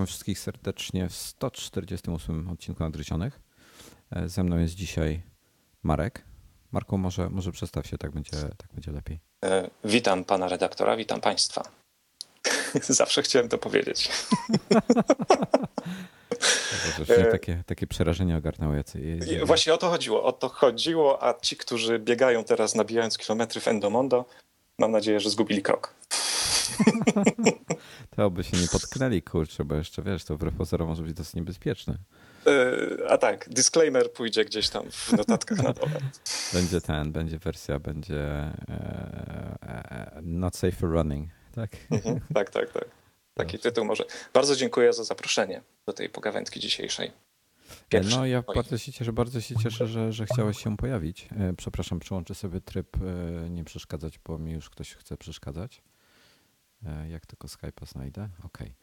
Witam wszystkich serdecznie w 148 odcinku Nadgryzionych. Ze mną jest dzisiaj Marek. Marku, może przedstaw się, tak będzie lepiej. Witam pana redaktora, witam państwa. Zawsze chciałem to powiedzieć. Boże, takie przerażenie ogarnęło. Właśnie o to chodziło, a ci, którzy biegają teraz nabijając kilometry w Endomondo, mam nadzieję, że zgubili krok. To by się nie potknęli, kurczę, bo jeszcze wiesz, to wbrew pozorom może być dosyć niebezpieczne. A tak, disclaimer pójdzie gdzieś tam w notatkach na dole. Będzie wersja, not safe for running, tak? Tak. Taki tytuł może. Bardzo dziękuję za zaproszenie do tej pogawędki dzisiejszej. No ja bardzo się cieszę, że chciałeś się pojawić. Przepraszam, przyłączę sobie tryb nie przeszkadzać, bo mi już ktoś chce przeszkadzać. Jak tylko Skype'a znajdę. Okej.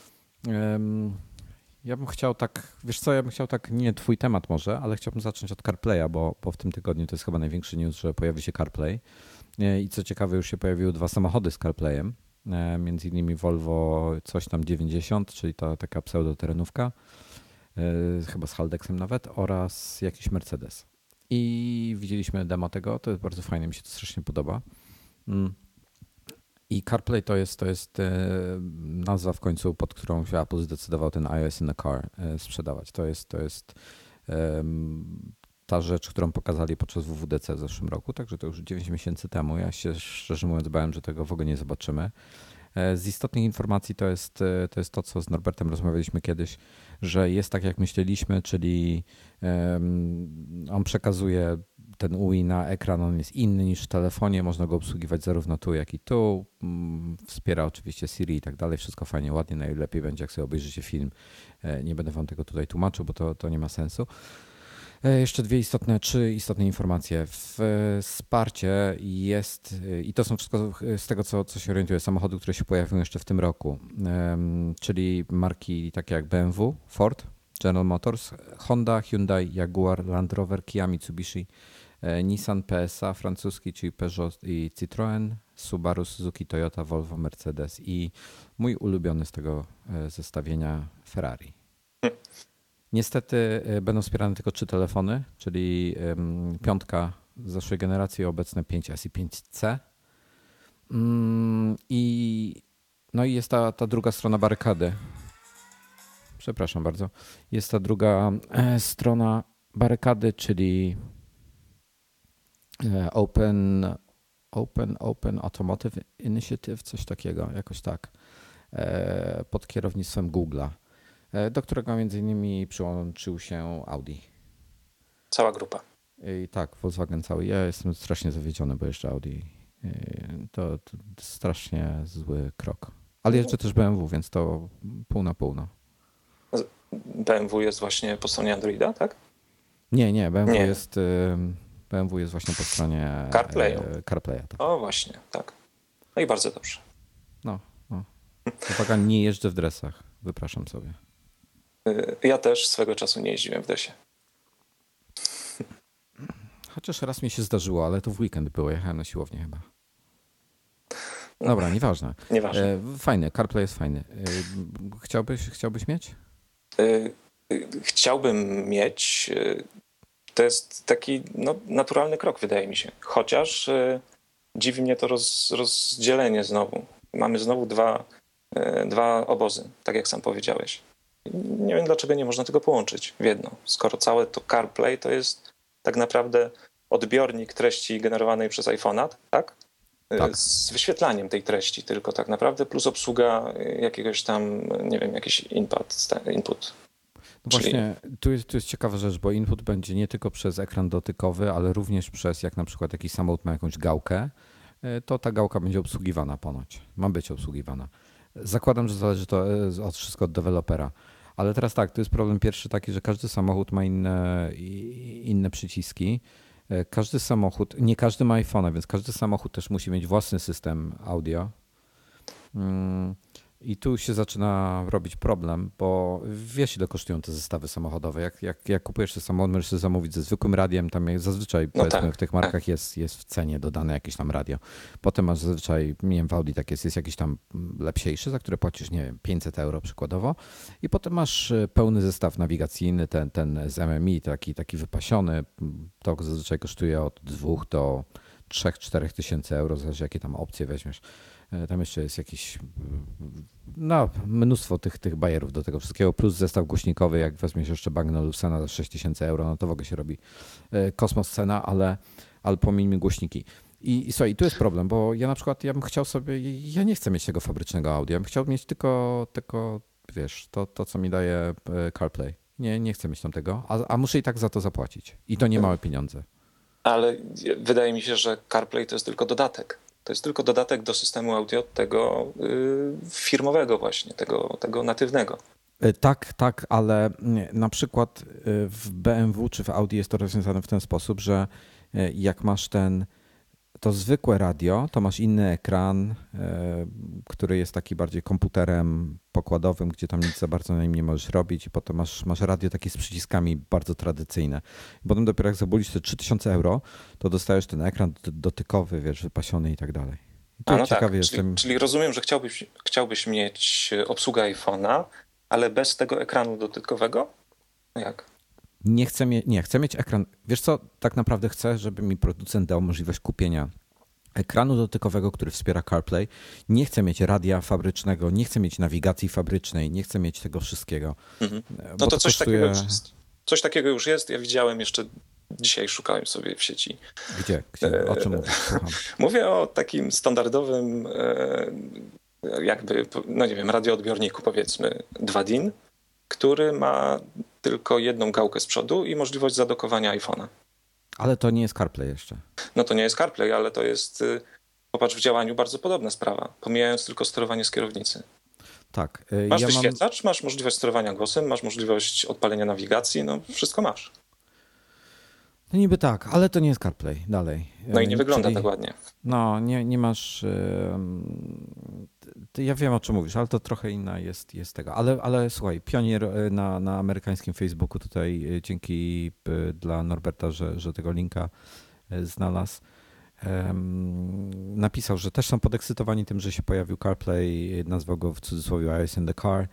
Ja bym chciał nie twój temat może, ale chciałbym zacząć od CarPlaya, bo w tym tygodniu to jest chyba największy news, że pojawi się CarPlay. I co ciekawe, już się pojawiły 2 samochody z CarPlayem. Między innymi Volvo coś tam 90, czyli ta taka pseudoterenówka, chyba z Haldexem nawet, oraz jakiś Mercedes. I widzieliśmy demo tego, to jest bardzo fajne, mi się to strasznie podoba. I CarPlay to jest nazwa w końcu, pod którą się Apple zdecydował ten iOS in the car sprzedawać. To jest ta rzecz, którą pokazali podczas WWDC w zeszłym roku, także to już 9 miesięcy temu. Ja się szczerze mówiąc bałem, że tego w ogóle nie zobaczymy. Z istotnych informacji to jest to, co z Norbertem rozmawialiśmy kiedyś, że jest tak jak myśleliśmy, czyli on przekazuje ten UI na ekran, on jest inny niż w telefonie, można go obsługiwać zarówno tu, jak i tu. Wspiera oczywiście Siri i tak dalej, wszystko fajnie, ładnie, najlepiej będzie, jak sobie obejrzycie film. Nie będę wam tego tutaj tłumaczył, bo to nie ma sensu. Jeszcze 3 istotne informacje. Wsparcie jest, i to są wszystko z tego, co się orientuję, samochody, które się pojawią jeszcze w tym roku, czyli marki takie jak BMW, Ford, General Motors, Honda, Hyundai, Jaguar, Land Rover, Kia, Mitsubishi, Nissan, PSA francuski, czyli Peugeot i Citroën, Subaru, Suzuki, Toyota, Volvo, Mercedes i mój ulubiony z tego zestawienia Ferrari. Niestety będą wspierane tylko 3 telefony, czyli 5 z zeszłej generacji, obecne 5S i 5C. No i jest ta druga strona barykady. Przepraszam bardzo. Jest ta druga strona barykady, czyli Open Automotive Initiative, coś takiego, jakoś tak, pod kierownictwem Google'a, do którego między innymi przyłączył się Audi. Cała grupa. I tak, Volkswagen cały. Ja jestem strasznie zawiedziony, bo jeszcze Audi to strasznie zły krok. Ale jeszcze też BMW, więc to pół na pół. No. BMW jest właśnie po stronie Androida, tak? Nie, BMW jest właśnie po stronie CarPlaya. Tak. O właśnie, tak. No i bardzo dobrze. No. Uwaga, nie jeżdżę w dresach. Wypraszam sobie. Ja też swego czasu nie jeździłem w dresie. Chociaż raz mi się zdarzyło, ale to w weekend było. Jechałem na siłownię chyba. Dobra, nieważne. Fajny, CarPlay jest fajny. Chciałbyś mieć? Chciałbym mieć. To jest taki naturalny krok, wydaje mi się. Chociaż dziwi mnie to rozdzielenie znowu. Mamy znowu dwa obozy, tak jak sam powiedziałeś. Nie wiem, dlaczego nie można tego połączyć w jedno. Skoro całe to CarPlay to jest tak naprawdę odbiornik treści generowanej przez iPhone'a, tak? Tak. Z wyświetlaniem tej treści tylko tak naprawdę, plus obsługa jakiegoś tam, nie wiem, jakiś input. No właśnie, tu jest ciekawa rzecz, bo input będzie nie tylko przez ekran dotykowy, ale również przez, jak na przykład jakiś samochód ma jakąś gałkę, to ta gałka będzie obsługiwana ponoć. Ma być obsługiwana. Zakładam, że zależy to wszystko od dewelopera. Ale teraz tak, to jest problem pierwszy taki, że każdy samochód ma inne przyciski. Każdy samochód, nie każdy ma iPhone'a, więc każdy samochód też musi mieć własny system audio. I tu się zaczyna robić problem, bo wiesz, ile kosztują te zestawy samochodowe. Jak kupujesz ten samochód, możesz sobie zamówić ze zwykłym radiem, tam zazwyczaj No powiedzmy w tak, tych tak. markach jest w cenie dodane jakieś tam radio. Potem masz zazwyczaj, nie wiem, w Audi tak jest jakiś tam lepsiejszy, za które płacisz, nie wiem, 500 euro przykładowo. I potem masz pełny zestaw nawigacyjny, ten z MMI, taki wypasiony. To zazwyczaj kosztuje od 2 do 3-4 tysięcy euro, zależy jakie tam opcje weźmiesz. Tam jeszcze jest jakiś, no, mnóstwo tych bajerów do tego wszystkiego, plus zestaw głośnikowy, jak weźmiesz jeszcze Bang & Olufsena za 6000 euro, no to w ogóle się robi kosmos cena, ale pomijmy głośniki. I słuchaj, tu jest problem, bo ja na przykład, ja bym chciał sobie, ja nie chcę mieć tego fabrycznego audio, ja bym chciał mieć tylko wiesz, to co mi daje CarPlay. Nie chcę mieć tam tego, a muszę i tak za to zapłacić. I to nie małe pieniądze. Ale wydaje mi się, że CarPlay to jest tylko dodatek. To jest tylko dodatek do systemu audio tego firmowego właśnie, tego natywnego. Tak, ale na przykład w BMW czy w Audi jest to rozwiązane w ten sposób, że jak masz to zwykłe radio, to masz inny ekran, który jest taki bardziej komputerem pokładowym, gdzie tam nic za bardzo na nim nie możesz robić i potem masz radio takie z przyciskami bardzo tradycyjne. I potem dopiero jak zabulisz te 3000 euro, to dostajesz ten ekran dotykowy, wiesz, wypasiony i tak dalej. I tu No tak, ciekawy jestem. czyli rozumiem, że chciałbyś mieć obsługę iPhone'a, ale bez tego ekranu dotykowego? No jak? Chcę mieć ekran. Wiesz co, tak naprawdę chcę, żeby mi producent dał możliwość kupienia ekranu dotykowego, który wspiera CarPlay. Nie chcę mieć radia fabrycznego, nie chcę mieć nawigacji fabrycznej, nie chcę mieć tego wszystkiego. Mhm. No Bo to to coś takiego kosztuje... już jest. Coś takiego już jest. Ja widziałem jeszcze dzisiaj, szukałem sobie w sieci. Gdzie? O czym mówisz? Słucham. Mówię o takim standardowym, jakby, no nie wiem, radioodbiorniku, powiedzmy 2DIN, który ma tylko jedną gałkę z przodu i możliwość zadokowania iPhone'a. Ale to nie jest CarPlay jeszcze. No to nie jest CarPlay, ale to jest, popatrz, w działaniu bardzo podobna sprawa, pomijając tylko sterowanie z kierownicy. Tak. Masz Ja mam... wyświetlacz, masz możliwość sterowania głosem, masz możliwość odpalenia nawigacji, no wszystko masz. No niby tak, ale to nie jest CarPlay. Dalej. No i nie wygląda Czyli... tak ładnie. No, nie masz. Ja wiem, o czym mówisz, ale to trochę inna jest tego. Ale słuchaj, pionier na amerykańskim Facebooku tutaj dzięki dla Norberta, że tego linka znalazł. Napisał, że też są podekscytowani tym, że się pojawił CarPlay, nazwał go w cudzysłowie iOS in the car.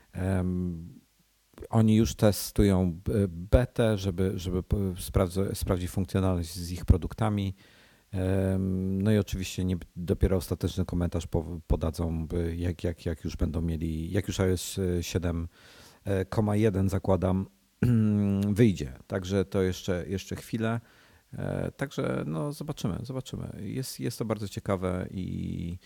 Oni już testują betę, żeby sprawdzić funkcjonalność z ich produktami. No i oczywiście dopiero ostateczny komentarz podadzą, jak już będą mieli, jak już iOS 7,1 zakładam, wyjdzie. Także to jeszcze chwilę. Także no zobaczymy. Jest to bardzo ciekawe i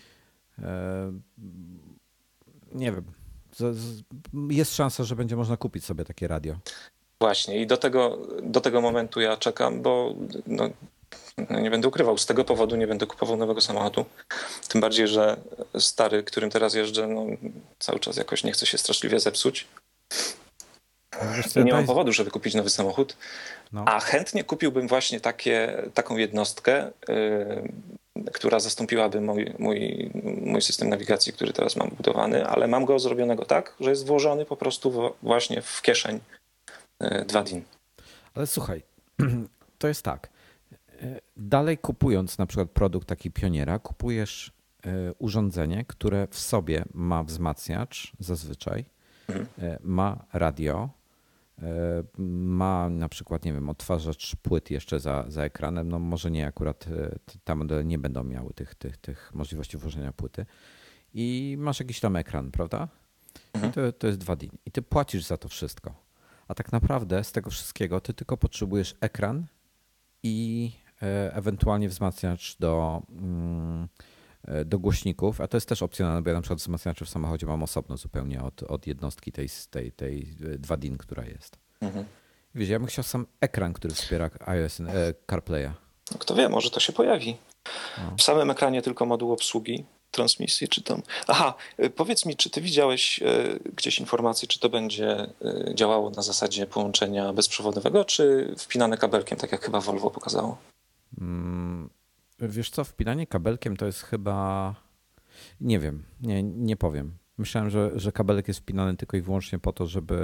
nie wiem. Jest szansa, że będzie można kupić sobie takie radio. Właśnie i do tego momentu ja czekam, bo no, nie będę ukrywał, z tego powodu nie będę kupował nowego samochodu. Tym bardziej, że stary, którym teraz jeżdżę, no, cały czas jakoś nie chce się straszliwie zepsuć. I nie mam powodu, żeby kupić nowy samochód. No. A chętnie kupiłbym właśnie taką jednostkę, która zastąpiłaby mój system nawigacji, który teraz mam budowany, ale mam go zrobionego tak, że jest włożony po prostu właśnie w kieszeń 2DIN. Ale słuchaj, to jest tak. Dalej kupując na przykład produkt taki Pioniera, kupujesz urządzenie, które w sobie ma wzmacniacz zazwyczaj, ma radio, ma na przykład, nie wiem, odtwarzacz płyt jeszcze za ekranem. No może nie, akurat te modele nie będą miały tych możliwości włożenia płyty. I masz jakiś tam ekran, prawda? I to jest 2DIN. I ty płacisz za to wszystko. A tak naprawdę z tego wszystkiego ty tylko potrzebujesz ekran i ewentualnie wzmacniacz do głośników, a to jest też opcjonalne, bo ja na przykład wzmacniacze w samochodzie mam osobno zupełnie od jednostki tej 2DIN, która jest. Wiesz, ja bym chciał sam ekran, który wspiera iOS CarPlaya. No kto wie, może to się pojawi. W samym ekranie tylko moduł obsługi transmisji, czy tam. Aha, powiedz mi, czy ty widziałeś gdzieś informację, czy to będzie działało na zasadzie połączenia bezprzewodowego, czy wpinane kabelkiem, tak jak chyba Volvo pokazało? Wiesz co, wpinanie kabelkiem to jest chyba... Nie wiem, nie powiem. Myślałem, że kabelek jest wpinany tylko i wyłącznie po to,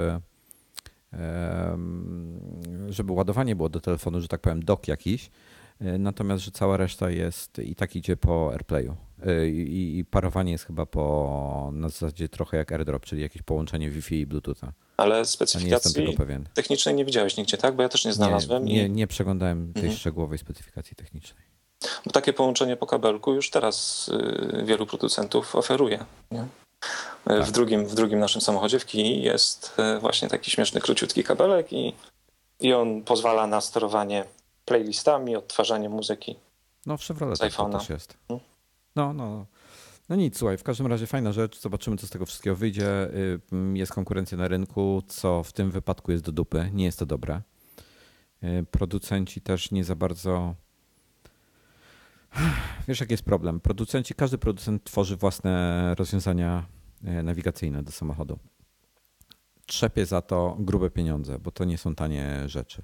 żeby ładowanie było do telefonu, że tak powiem, dock jakiś, natomiast, że cała reszta jest i tak idzie po AirPlayu. I parowanie jest chyba na zasadzie trochę jak AirDrop, czyli jakieś połączenie Wi-Fi i Bluetootha. Ale A nie jestem tego specyfikacji pewien. technicznej nie widziałeś nigdzie, tak? Bo ja też nie znalazłem. Nie przeglądałem tej szczegółowej specyfikacji technicznej. Bo takie połączenie po kabelku już teraz wielu producentów oferuje. Nie? Tak. W drugim naszym samochodzie, w Kii, jest właśnie taki śmieszny, króciutki kabelek i on pozwala na sterowanie playlistami, odtwarzanie muzyki No w Chevrolet z iPhone'a. to też jest. No nic, słuchaj, w każdym razie fajna rzecz, zobaczymy co z tego wszystkiego wyjdzie. Jest konkurencja na rynku, co w tym wypadku jest do dupy, nie jest to dobre. Producenci też nie za bardzo... Wiesz jaki jest problem? Każdy producent tworzy własne rozwiązania nawigacyjne do samochodu. Trzepie za to grube pieniądze, bo to nie są tanie rzeczy.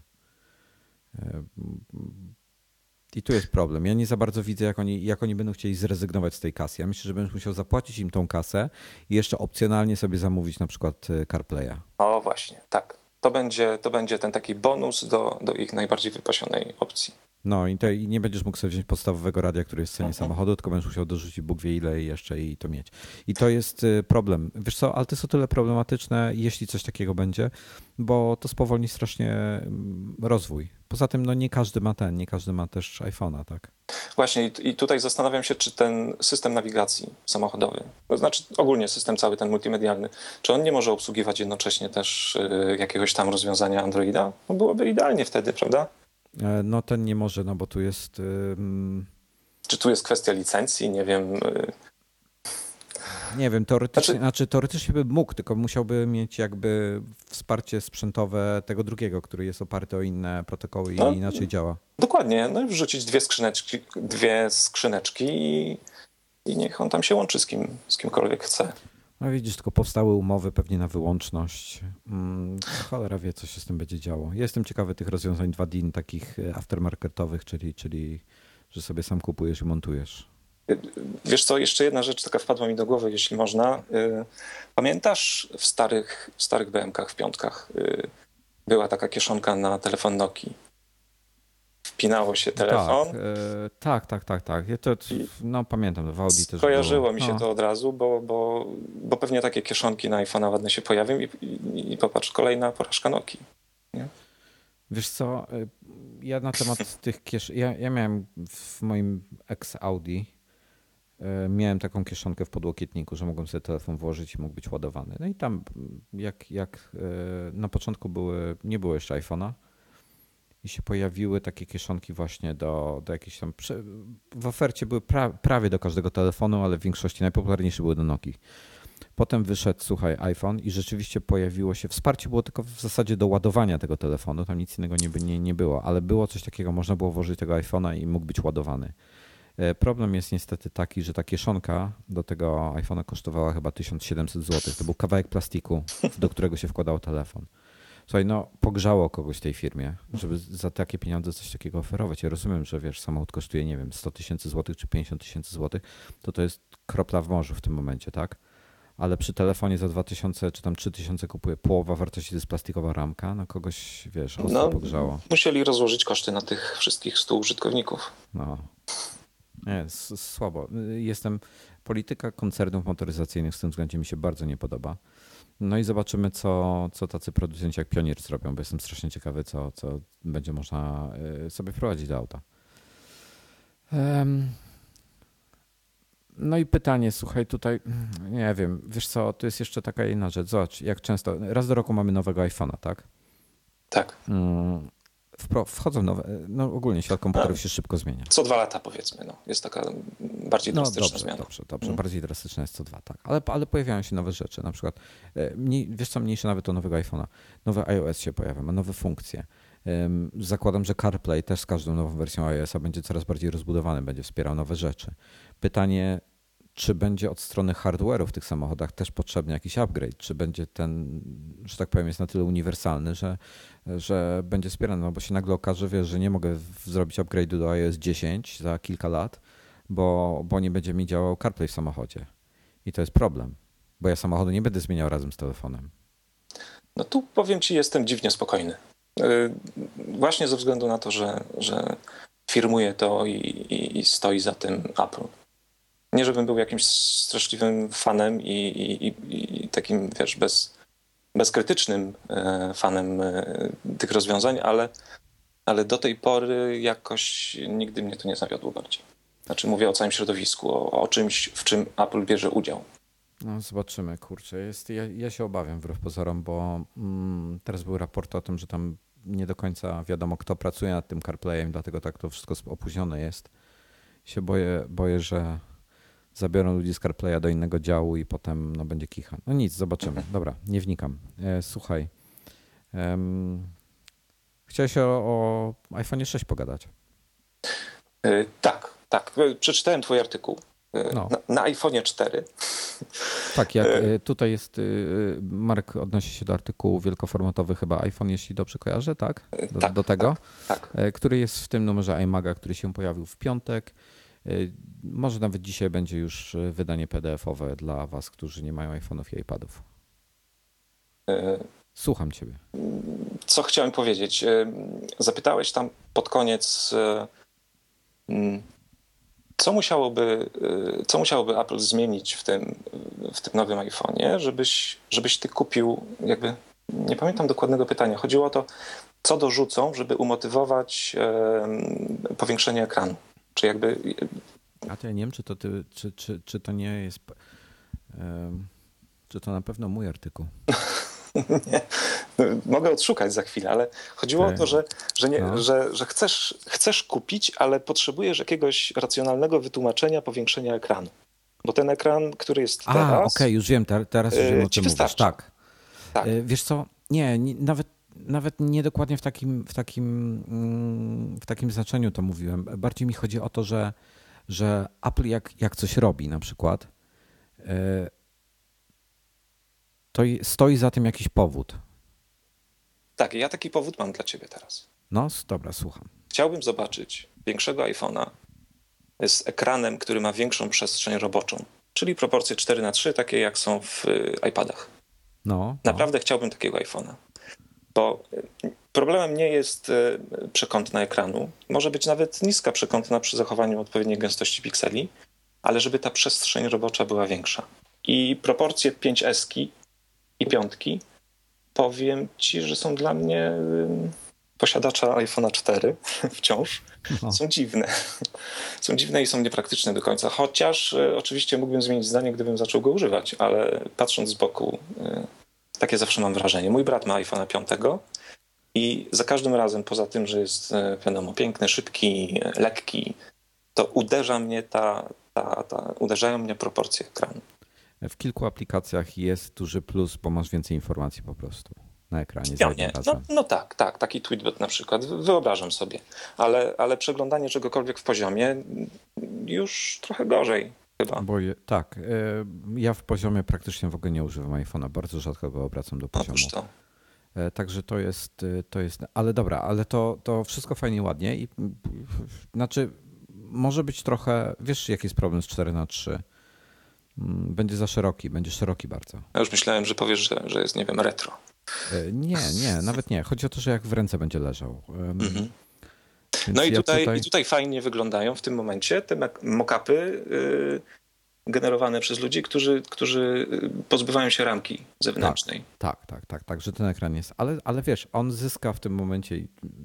I tu jest problem. Ja nie za bardzo widzę, jak oni będą chcieli zrezygnować z tej kasy. Ja myślę, że będziesz musiał zapłacić im tą kasę i jeszcze opcjonalnie sobie zamówić na przykład CarPlaya. O właśnie, tak. To będzie ten taki bonus do ich najbardziej wypasionej opcji. No i nie będziesz mógł sobie wziąć podstawowego radia, który jest w cenie samochodu, tylko będziesz musiał dorzucić Bóg wie ile jeszcze i to mieć. I to jest problem. Wiesz co, ale to jest o tyle problematyczne, jeśli coś takiego będzie, bo to spowolni strasznie rozwój. Poza tym nie każdy ma też iPhone'a, tak? Właśnie i tutaj zastanawiam się, czy ten system nawigacji samochodowy, to znaczy ogólnie system cały ten multimedialny, czy on nie może obsługiwać jednocześnie też jakiegoś tam rozwiązania Androida? No byłoby idealnie wtedy, prawda? No ten nie może, bo tu jest... Czy tu jest kwestia licencji? Nie wiem. Nie wiem, teoretycznie by mógł, tylko musiałby mieć jakby wsparcie sprzętowe tego drugiego, który jest oparty o inne protokoły i inaczej działa. Dokładnie, wrzucić dwie skrzyneczki i niech on tam się łączy z kimkolwiek chce. No widzisz, tylko powstały umowy pewnie na wyłączność. Cholera wie, co się z tym będzie działo. Jestem ciekawy tych rozwiązań 2D takich aftermarketowych, czyli że sobie sam kupujesz i montujesz. Wiesz co, jeszcze jedna rzecz taka wpadła mi do głowy, jeśli można. Pamiętasz w starych BM-kach, w piątkach była taka kieszonka na telefon Nokii? Wpinało się telefon. Tak. Pamiętam, w Audi też skojarzyło mi się to od razu, bo pewnie takie kieszonki na iPhone'a ładne się pojawią i popatrz, kolejna porażka Nokii. Nie? Wiesz co, ja na temat tych ja miałem w moim ex-Audi miałem taką kieszonkę w podłokietniku, że mogłem sobie telefon włożyć i mógł być ładowany. No i tam jak na początku nie było jeszcze iPhone'a i się pojawiły takie kieszonki właśnie do jakichś tam... W ofercie były prawie do każdego telefonu, ale w większości najpopularniejsze były do Nokii. Potem wyszedł, słuchaj, iPhone i rzeczywiście pojawiło się, wsparcie było tylko w zasadzie do ładowania tego telefonu, tam nic innego nie było, ale było coś takiego, można było włożyć tego iPhone'a i mógł być ładowany. Problem jest niestety taki, że ta kieszonka do tego iPhone'a kosztowała chyba 1700 zł. To był kawałek plastiku, do którego się wkładał telefon. Słuchaj, pogrzało kogoś w tej firmie, żeby za takie pieniądze coś takiego oferować. Ja rozumiem, że wiesz, samochód kosztuje, nie wiem, 100 000 złotych czy 50 000 złotych, to jest kropla w morzu w tym momencie, tak? Ale przy telefonie za 2000 czy tam 3000 kupuje połowa wartości, to jest plastikowa ramka, kogoś, wiesz, ostro pogrzało. Musieli rozłożyć koszty na tych wszystkich 100 użytkowników. Nie, słabo. Polityka koncernów motoryzacyjnych w tym względzie mi się bardzo nie podoba. No i zobaczymy, co tacy producenci jak Pionier zrobią, bo jestem strasznie ciekawy, co będzie można sobie wprowadzić do auta. No i pytanie, słuchaj, tutaj, nie wiem, wiesz co, tu jest jeszcze taka inna rzecz. Zobacz, jak często, raz do roku mamy nowego iPhone'a, tak? Tak. Wchodzą nowe, ogólnie świat komputerów się szybko zmienia. Co 2 lata powiedzmy, jest taka bardziej drastyczna zmiana. Dobrze, bardziej drastyczna jest co 2, tak. Ale pojawiają się nowe rzeczy, na przykład, wiesz co, mniejsze nawet o nowego iPhone'a, nowe iOS się pojawia, ma nowe funkcje. Zakładam, że CarPlay też z każdą nową wersją iOS-a będzie coraz bardziej rozbudowany, będzie wspierał nowe rzeczy. Pytanie, czy będzie od strony hardware'u w tych samochodach też potrzebny jakiś upgrade, czy będzie ten, że tak powiem, jest na tyle uniwersalny, że będzie wspierany, bo się nagle okaże, wiesz, że nie mogę zrobić upgrade'u do iOS 10 za kilka lat, bo nie będzie mi działał CarPlay w samochodzie. I to jest problem. Bo ja samochodu nie będę zmieniał razem z telefonem. No tu powiem ci, jestem dziwnie spokojny. Właśnie ze względu na to, że firmuje to i stoi za tym Apple. Nie żebym był jakimś straszliwym fanem i takim, wiesz, bezkrytycznym fanem tych rozwiązań, ale do tej pory jakoś nigdy mnie to nie zawiodło bardziej. Znaczy mówię o całym środowisku, o czymś, w czym Apple bierze udział. No zobaczymy, kurczę. Ja się obawiam wbrew pozorom, bo teraz był raport o tym, że tam nie do końca wiadomo, kto pracuje nad tym CarPlayem, dlatego tak to wszystko opóźnione jest. Się boję, że zabiorą ludzi z CarPlaya do innego działu i potem no, będzie kicha. No nic, zobaczymy. Dobra, nie wnikam. Słuchaj, chciałeś o iPhone 6 pogadać. Tak. Przeczytałem twój artykuł No. na iPhone'ie 4. Tak, jak tutaj jest, Marek odnosi się do artykułu wielkoformatowy chyba iPhone, jeśli dobrze kojarzę, tak? Do tego, tak. Który jest w tym numerze iMaga, który się pojawił w piątek. Może nawet dzisiaj będzie już wydanie PDF-owe dla was, którzy nie mają iPhone'ów i iPadów. Słucham ciebie. Co chciałem powiedzieć? Zapytałeś tam pod koniec, co musiałoby Apple zmienić w tym nowym iPhone'ie, żebyś ty kupił, jakby, nie pamiętam dokładnego pytania. Chodziło o to, co dorzucą, żeby umotywować powiększenie ekranu. Czy jakby... A to ja nie wiem, czy to nie jest, czy to na pewno mój artykuł. Nie, mogę odszukać za chwilę, ale chodziło o to, że chcesz kupić, ale potrzebujesz jakiegoś racjonalnego wytłumaczenia powiększenia ekranu. Bo ten ekran, który jest teraz... Okej, już wiem, teraz już wiem, o czym mówisz. Tak. Wiesz co, nie, nawet nie dokładnie w takim znaczeniu to mówiłem. Bardziej mi chodzi o to, że Apple jak coś robi na przykład, to stoi za tym jakiś powód. Tak, ja taki powód mam dla ciebie teraz. No, dobra, słucham. Chciałbym zobaczyć większego iPhone'a z ekranem, który ma większą przestrzeń roboczą, czyli proporcje 4:3, takie jak są w iPadach. Naprawdę chciałbym takiego iPhone'a, bo problemem nie jest przekątna ekranu. Może być nawet niska przekątna przy zachowaniu odpowiedniej gęstości pikseli, ale żeby ta przestrzeń robocza była większa. I proporcje 5S i 5, powiem ci, że są dla mnie, posiadacza iPhone'a 4 wciąż, są dziwne. Są dziwne i są niepraktyczne do końca. Chociaż oczywiście mógłbym zmienić zdanie, gdybym zaczął go używać, ale patrząc z boku, takie zawsze mam wrażenie. Mój brat ma iPhone'a 5 i za każdym razem, poza tym, że jest wiadomo, piękny, szybki, lekki, to uderzają mnie proporcje ekranu. W kilku aplikacjach jest duży plus, bo masz więcej informacji po prostu na ekranie. No tak, taki Tweetbot na przykład, wyobrażam sobie, ale przeglądanie czegokolwiek w poziomie już trochę gorzej chyba. Tak, ja w poziomie praktycznie w ogóle nie używam iPhone'a, bardzo rzadko go obracam do poziomu. Także to jest, ale dobra, ale to wszystko fajnie, ładnie i znaczy może być trochę, wiesz jaki jest problem z 4:3? Będzie za szeroki, będzie szeroki bardzo. Ja już myślałem, że powiesz, że jest, nie wiem, retro. Nie, nawet nie. Chodzi o to, że jak w ręce będzie leżał. No i tutaj fajnie wyglądają w tym momencie te mock-upy generowane przez ludzi, którzy pozbywają się ramki zewnętrznej. Tak, że ten ekran jest. Ale wiesz, on zyska w tym momencie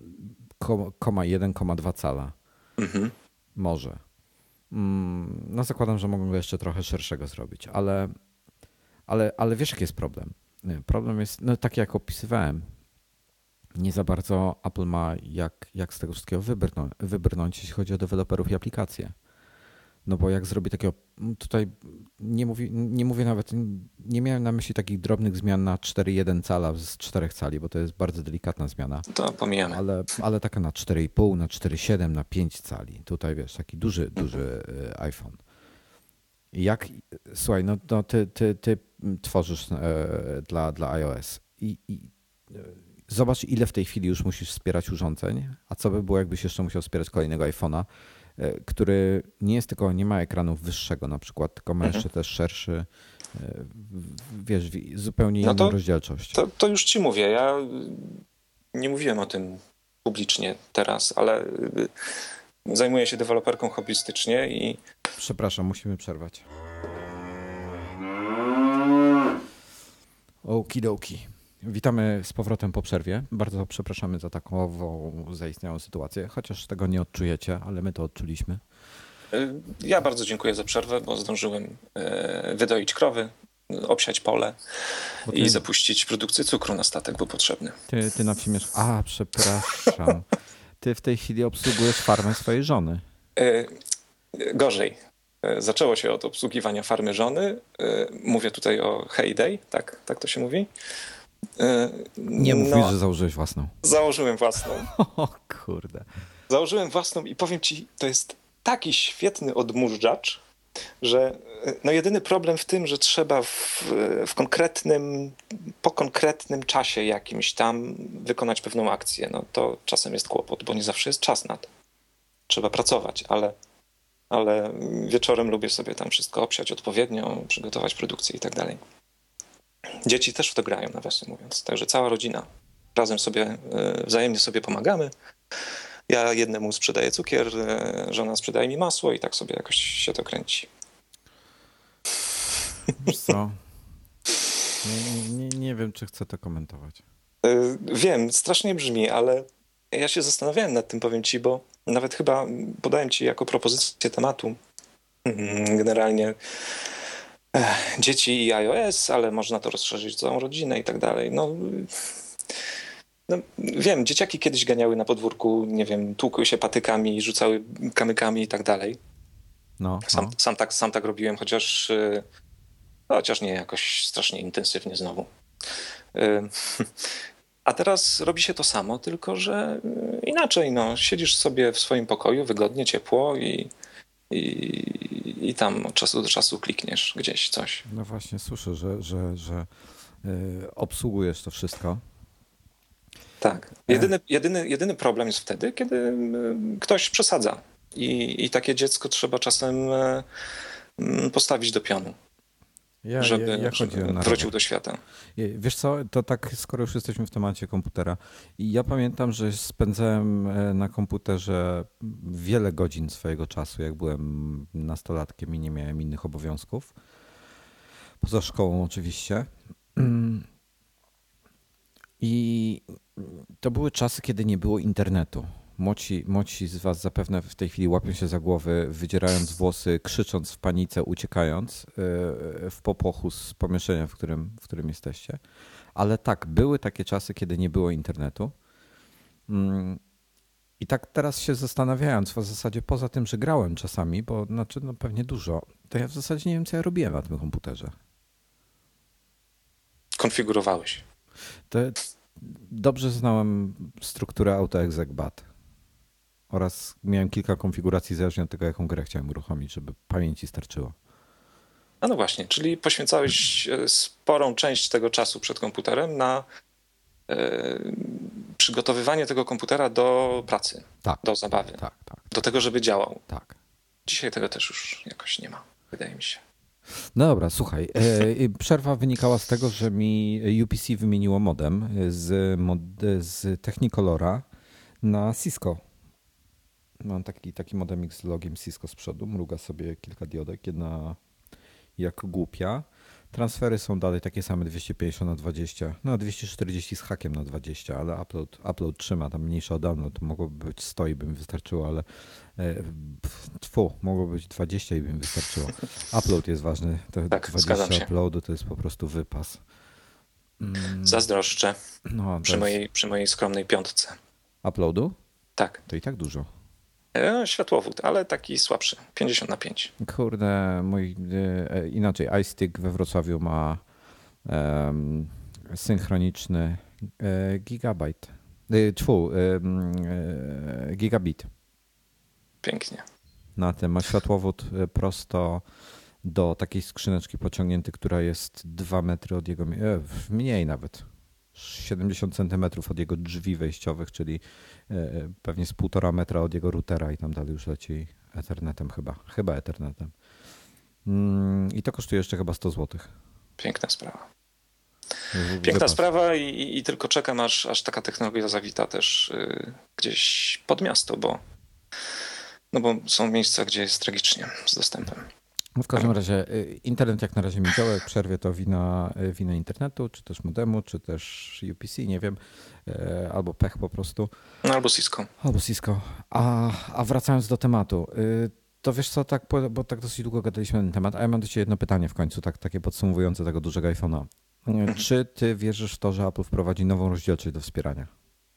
1,2 cala. Może. No zakładam, że mogą go jeszcze trochę szerszego zrobić, ale wiesz jaki jest problem? Problem jest, no tak jak opisywałem, nie za bardzo Apple ma jak z tego wszystkiego wybrnąć, jeśli chodzi o deweloperów i aplikacje. No bo jak zrobi takiego, tutaj nie mówię nawet, nie miałem na myśli takich drobnych zmian na 4,1 cala z 4 cali, bo to jest bardzo delikatna zmiana. To pomijamy. Ale taka na 4,5, na 4,7, na 5 cali. Tutaj wiesz, taki duży iPhone. Słuchaj, no ty tworzysz dla iOS i zobacz ile w tej chwili już musisz wspierać urządzeń, a co by było jakbyś jeszcze musiał wspierać kolejnego iPhone'a, który nie ma ekranu wyższego na przykład, tylko ma jeszcze też szerszy wiesz, zupełnie inną rozdzielczość. To już ci mówię. Ja nie mówiłem o tym publicznie teraz, ale zajmuję się deweloperką hobbystycznie i... Przepraszam, musimy przerwać. Okidoki. Witamy z powrotem po przerwie. Bardzo przepraszamy za taką zaistniałą sytuację, chociaż tego nie odczujecie, ale my to odczuliśmy. Ja bardzo dziękuję za przerwę, bo zdążyłem wydoić krowy, obsiać pole i zapuścić produkcję cukru na statek, był potrzebny. Ty na wsi mieszkasz. A, przepraszam. Ty w tej chwili obsługujesz farmę swojej żony. Gorzej. Zaczęło się od obsługiwania farmy żony. Mówię tutaj o Heyday, tak to się mówi. Nie mów mi, że założyłeś własną. Założyłem własną. O kurde. Założyłem własną i powiem ci, to jest taki świetny odmurzacz, że no jedyny problem w tym, że trzeba po konkretnym czasie jakimś tam wykonać pewną akcję. No to czasem jest kłopot, bo nie zawsze jest czas na to. Trzeba pracować, ale wieczorem lubię sobie tam wszystko obsiać odpowiednio, przygotować produkcję i tak dalej. Dzieci też w to grają, nawiasem mówiąc. Także cała rodzina razem sobie, wzajemnie sobie pomagamy. Ja jednemu sprzedaję cukier, żona sprzedaje mi masło i tak sobie jakoś się to kręci. Wiesz co? Nie wiem, czy chcę to komentować. Wiem, strasznie brzmi, ale ja się zastanawiałem nad tym, powiem ci, bo nawet chyba podałem ci jako propozycję tematu generalnie dzieci i iOS, ale można to rozszerzyć całą rodzinę i tak dalej. No, wiem, dzieciaki kiedyś ganiały na podwórku, nie wiem, tłukły się patykami, rzucały kamykami i tak dalej. Sam tak robiłem, chociaż nie jakoś strasznie intensywnie znowu. A teraz robi się to samo, tylko że inaczej. No, siedzisz sobie w swoim pokoju, wygodnie, ciepło i tam od czasu do czasu klikniesz gdzieś coś. No właśnie, słyszę, że obsługujesz to wszystko. Tak. Jedyny problem jest wtedy, kiedy ktoś przesadza i takie dziecko trzeba czasem postawić do pionu. Żeby wrócił do świata. Wiesz co, to tak, skoro już jesteśmy w temacie komputera. I ja pamiętam, że spędzałem na komputerze wiele godzin swojego czasu, jak byłem nastolatkiem i nie miałem innych obowiązków. Poza szkołą oczywiście. I to były czasy, kiedy nie było internetu. Młodsi z was zapewne w tej chwili łapią się za głowy, wydzierając włosy, krzycząc w panice, uciekając w popłochu z pomieszczenia, w którym jesteście. Ale tak, były takie czasy, kiedy nie było internetu. I tak teraz się zastanawiając, w zasadzie poza tym, że grałem czasami, bo pewnie dużo, to ja w zasadzie nie wiem, co ja robiłem na tym komputerze. Konfigurowałeś. Dobrze znałem strukturę AutoExec.bat oraz miałem kilka konfiguracji zależnie od tego, jaką grę chciałem uruchomić, żeby pamięci starczyło. A no właśnie, czyli poświęcałeś sporą część tego czasu przed komputerem na przygotowywanie tego komputera do pracy, do zabawy, do tego, żeby działał. Tak. Dzisiaj tego też już jakoś nie ma, wydaje mi się. No dobra, słuchaj. Przerwa wynikała z tego, że mi UPC wymieniło modem z Technicolora na Cisco. Mam taki modemik z logiem Cisco z przodu. Mruga sobie kilka diodek, jedna jak głupia. Transfery są dalej takie same 250/20, no 240 z hakiem na 20, ale upload trzyma, tam mniejsza od download. Mogłoby być 100 i by mi wystarczyło, ale mogło być 20 i by mi wystarczyło. Upload jest ważny, to tak, 20 uploadu to jest po prostu wypas. Zazdroszczę przy mojej skromnej 5. Uploadu? Tak. To i tak dużo. Światłowód, ale taki słabszy, 50/5. Kurde, inaczej, iStick we Wrocławiu ma synchroniczny gigabit. Pięknie. Na tym ma światłowód prosto do takiej skrzyneczki pociągnięty, która jest 2 metry od jego, mniej nawet, 70 centymetrów od jego drzwi wejściowych, czyli pewnie z 1,5 metra od jego routera i tam dalej już leci Ethernetem chyba Ethernetem. I to kosztuje jeszcze chyba 100 zł. Piękna sprawa. Piękna sprawa i tylko czekam, aż taka technologia zawita też gdzieś pod miasto, bo są miejsca, gdzie jest tragicznie z dostępem. No w każdym razie internet jak na razie mi działa, jak przerwie to wina internetu, czy też modemu, czy też UPC, nie wiem, albo pech po prostu. No, albo Cisco. Albo Cisco. A wracając do tematu, to wiesz co, tak, bo tak dosyć długo gadaliśmy na ten temat, a ja mam do ciebie jedno pytanie w końcu, takie podsumowujące tego dużego iPhone'a. Czy ty wierzysz w to, że Apple wprowadzi nową rozdzielczość do wspierania?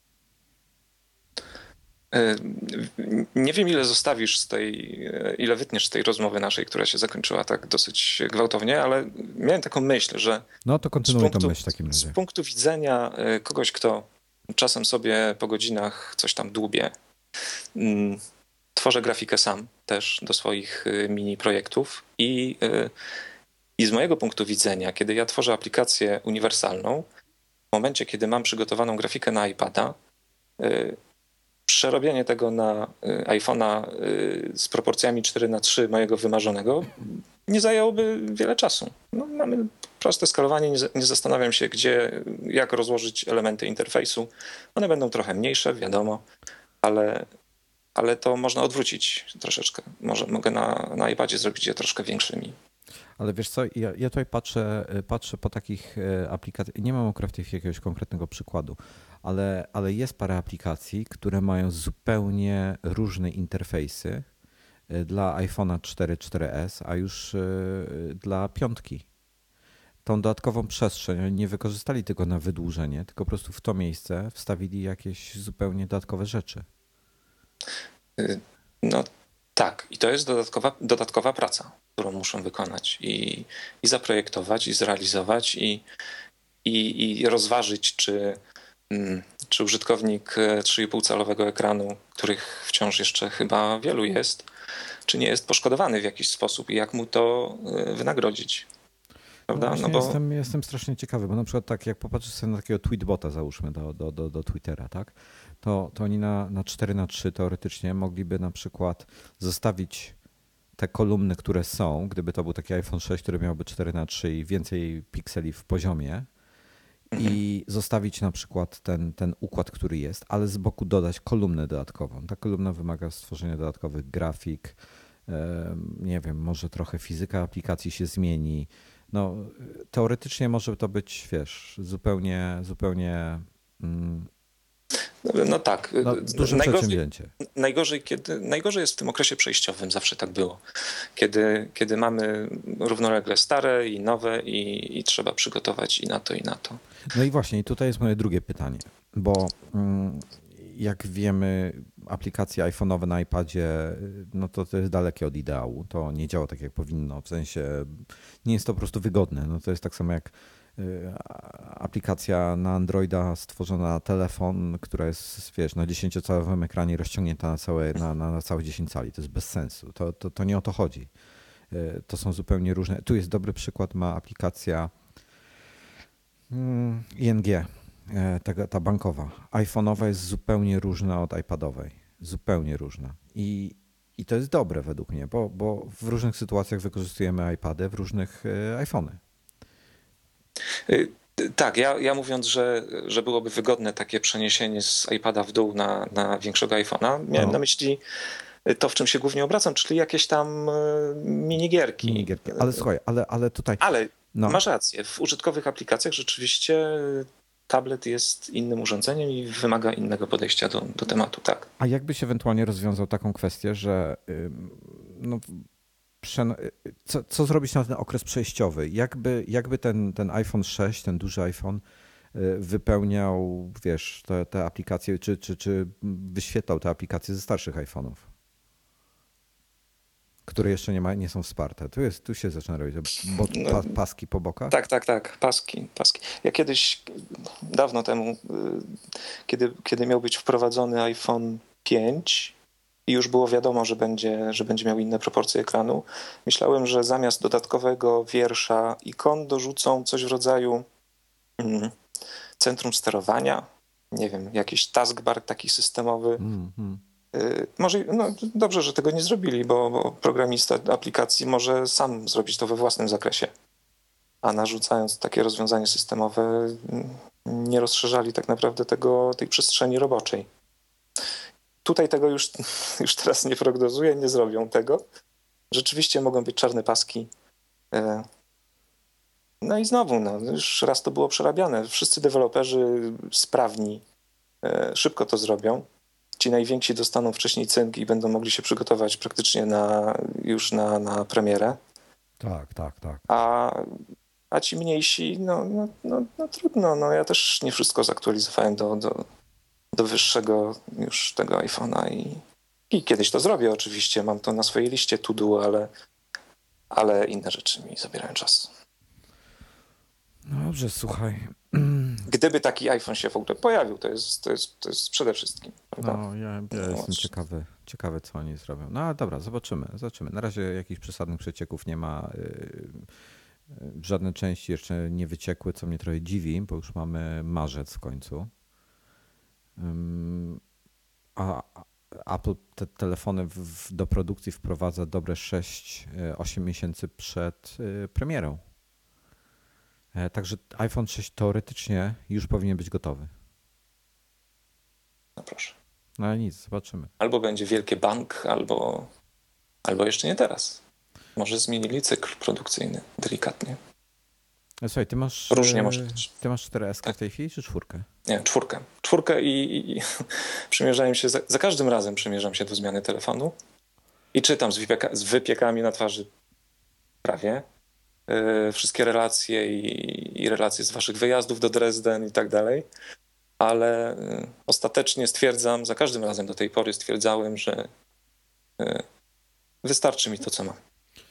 Nie wiem, ile wytniesz z tej rozmowy naszej, która się zakończyła tak dosyć gwałtownie, ale miałem taką myśl, że no to kontynuuj tą myśl w takim razie. Z punktu widzenia kogoś, kto czasem sobie po godzinach coś tam dłubie, tworzę grafikę sam też do swoich mini projektów i z mojego punktu widzenia, kiedy ja tworzę aplikację uniwersalną, w momencie, kiedy mam przygotowaną grafikę na iPada, przerobienie tego na iPhone'a z proporcjami 4:3 mojego wymarzonego nie zajęłoby wiele czasu. No, mamy proste skalowanie, nie zastanawiam się, jak rozłożyć elementy interfejsu. One będą trochę mniejsze, wiadomo, ale to można odwrócić troszeczkę. Mogę na iPadzie zrobić je troszkę większymi. Ale wiesz co, ja tutaj patrzę po takich aplikacjach, nie mam akurat jakiegoś konkretnego przykładu, ale jest parę aplikacji, które mają zupełnie różne interfejsy dla iPhone'a 4, 4S, a już dla 5. Tą dodatkową przestrzeń, oni nie wykorzystali tego na wydłużenie, tylko po prostu w to miejsce wstawili jakieś zupełnie dodatkowe rzeczy. No tak, i to jest dodatkowa praca, którą muszą wykonać i zaprojektować, i zrealizować, i rozważyć, czy użytkownik 3,5-calowego ekranu, których wciąż jeszcze chyba wielu jest, czy nie jest poszkodowany w jakiś sposób i jak mu to wynagrodzić. Prawda? Jestem strasznie ciekawy, bo na przykład tak jak popatrzysz sobie na takiego tweetbota, załóżmy do Twittera, tak? To oni na 4:3 teoretycznie mogliby na przykład zostawić te kolumny, które są, gdyby to był taki iPhone 6, który miałby 4:3 i więcej pikseli w poziomie i zostawić na przykład ten układ, który jest, ale z boku dodać kolumnę dodatkową. Ta kolumna wymaga stworzenia dodatkowych grafik, nie wiem, może trochę fizyka aplikacji się zmieni. No, teoretycznie może to być, wiesz, zupełnie no tak. Duże przedsięwzięcie. Najgorzej jest w tym okresie przejściowym, zawsze tak było. Kiedy mamy równolegle stare i nowe i trzeba przygotować i na to, i na to. No i właśnie, i tutaj jest moje drugie pytanie, bo jak wiemy, aplikacje iPhone'owe na iPadzie, no to jest dalekie od ideału. To nie działa tak, jak powinno. W sensie nie jest to po prostu wygodne. No to jest tak samo jak aplikacja na Androida stworzona na telefon, która jest, wiesz, na 10-calowym ekranie rozciągnięta na całe 10 cali. To jest bez sensu. To nie o to chodzi. To są zupełnie różne. Tu jest dobry przykład, ma aplikacja ING, ta bankowa. iPhone'owa jest zupełnie różna od iPadowej. Zupełnie różna. I to jest dobre według mnie, bo w różnych sytuacjach wykorzystujemy iPady, w różnych iPhony. Tak, ja mówiąc, że byłoby wygodne takie przeniesienie z iPada w dół na większego iPhone'a, miałem na myśli to, w czym się głównie obracam, czyli jakieś tam minigierki. Ale słuchaj, ale tutaj... Ale masz rację, w użytkowych aplikacjach rzeczywiście tablet jest innym urządzeniem i wymaga innego podejścia do tematu, tak. A jakbyś ewentualnie rozwiązał taką kwestię, że co zrobić na ten okres przejściowy? Jakby ten iPhone 6, ten duży iPhone wypełniał, wiesz, te aplikacje, czy wyświetlał te aplikacje ze starszych iPhone'ów, które jeszcze nie są wsparte. Tu się zaczyna robić paski po bokach? Tak, paski. Ja kiedyś, dawno temu, kiedy miał być wprowadzony iPhone 5 i już było wiadomo, że będzie miał inne proporcje ekranu, myślałem, że zamiast dodatkowego wiersza ikon dorzucą coś w rodzaju centrum sterowania, nie wiem, jakiś taskbar taki systemowy. Może, no, dobrze, że tego nie zrobili, bo programista aplikacji może sam zrobić to we własnym zakresie, a narzucając takie rozwiązanie systemowe, nie rozszerzali tak naprawdę tej przestrzeni roboczej. Tutaj tego już teraz nie prognozuję, nie zrobią tego. Rzeczywiście mogą być czarne paski. No i znowu, już raz to było przerabiane. Wszyscy deweloperzy sprawni szybko to zrobią. Ci najwięksi dostaną wcześniej cynk i będą mogli się przygotować praktycznie już na premierę. Tak. A ci mniejsi, no trudno. No, ja też nie wszystko zaktualizowałem do wyższego już tego iPhone'a i kiedyś to zrobię oczywiście. Mam to na swojej liście to do, ale inne rzeczy mi zabierają czas. No dobrze, słuchaj. Gdyby taki iPhone się w ogóle pojawił, to jest przede wszystkim. Prawda? No, ja jestem ciekawy, co oni zrobią. No ale dobra, zobaczymy. Na razie jakichś przesadnych przecieków nie ma. Żadne części jeszcze nie wyciekły, co mnie trochę dziwi, bo już mamy marzec w końcu. A Apple te telefony do produkcji wprowadza dobre 6-8 miesięcy przed premierą. Także iPhone 6 teoretycznie już powinien być gotowy. No proszę. No ale nic, zobaczymy. Albo będzie wielkie bang, albo jeszcze nie teraz. Może zmienili cykl produkcyjny delikatnie. Słuchaj, ty masz. Różnie może być. Ty masz 4S w tej chwili, czy 4? Nie, 4. 4 i przymierzałem się, za każdym razem przymierzam się do zmiany telefonu i czytam z wypiekami na twarzy prawie wszystkie relacje i relacje z waszych wyjazdów do Dresden i tak dalej, ale ostatecznie stwierdzam, za każdym razem do tej pory stwierdzałem, że wystarczy mi to, co mam.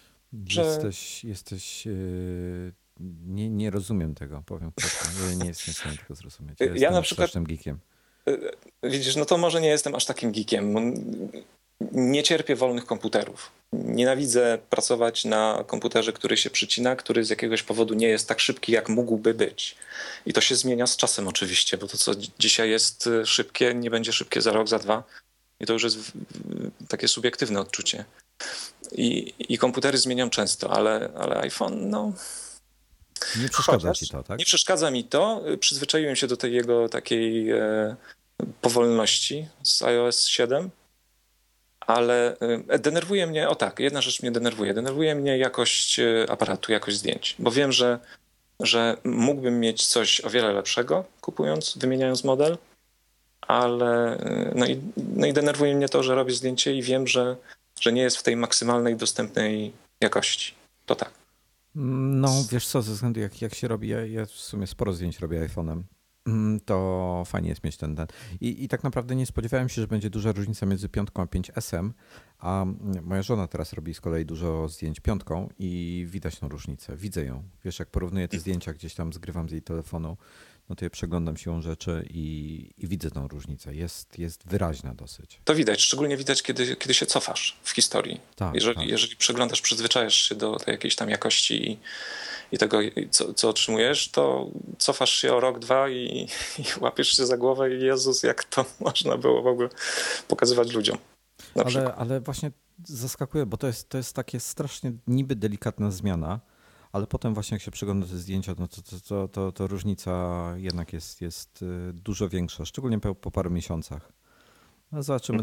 Nie rozumiem tego, powiem krótko. Ja nie jestem w stanie tego zrozumieć. Ja na przykład strasznym geekiem. Widzisz, no to może nie jestem aż takim geekiem. Nie cierpię wolnych komputerów. Nienawidzę pracować na komputerze, który się przycina, który z jakiegoś powodu nie jest tak szybki, jak mógłby być. I to się zmienia z czasem oczywiście, bo to, co dzisiaj jest szybkie, nie będzie szybkie za rok, za dwa. I to już jest takie subiektywne odczucie. I komputery zmieniam często, ale iPhone, no... Nie przeszkadza ci to, tak? Nie przeszkadza mi to. Przyzwyczaiłem się do tej jego takiej powolności z iOS 7, ale denerwuje mnie, jedna rzecz mnie denerwuje. Denerwuje mnie jakość aparatu, jakość zdjęć, bo wiem, że mógłbym mieć coś o wiele lepszego wymieniając model, ale no i denerwuje mnie to, że robię zdjęcie i wiem, że nie jest w tej maksymalnej dostępnej jakości. To tak. No wiesz co, ze względu jak się robi, ja w sumie sporo zdjęć robię iPhone'em, to fajnie jest mieć ten. I tak naprawdę nie spodziewałem się, że będzie duża różnica między 5 a 5S-em, a moja żona teraz robi z kolei dużo zdjęć 5 i widać tą różnicę. Widzę ją. Wiesz, jak porównuję te zdjęcia, gdzieś tam zgrywam z jej telefonu, no to ja przeglądam siłą rzeczy i widzę tą różnicę. Jest wyraźna dosyć. To widać, szczególnie widać, kiedy się cofasz w historii. Tak, jeżeli przeglądasz, przyzwyczajasz się do tej jakiejś tam jakości i tego, co otrzymujesz, to cofasz się o rok, dwa i łapiesz się za głowę i Jezus, jak to można było w ogóle pokazywać ludziom. Ale właśnie zaskakuje, bo to jest takie strasznie niby delikatna zmiana, ale potem właśnie jak się przegląda te zdjęcia, no to różnica jednak jest dużo większa, szczególnie po paru miesiącach. No zobaczymy,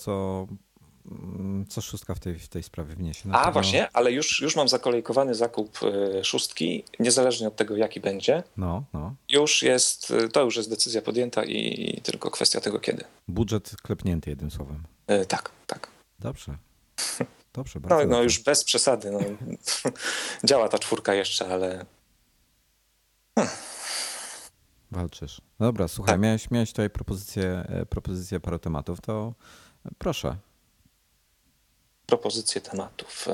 co szóstka w tej sprawie wniesie. Właśnie, ale już mam zakolejkowany zakup szóstki, niezależnie od tego, jaki będzie. No. To już jest decyzja podjęta i tylko kwestia tego, kiedy. Budżet klepnięty, jednym słowem. Tak. Dobrze, bardzo no już bez przesady. No. Działa ta 4 jeszcze, ale... Walczysz. No dobra, słuchaj, Tak. miałeś tutaj propozycję paru tematów, to proszę. Propozycje tematów.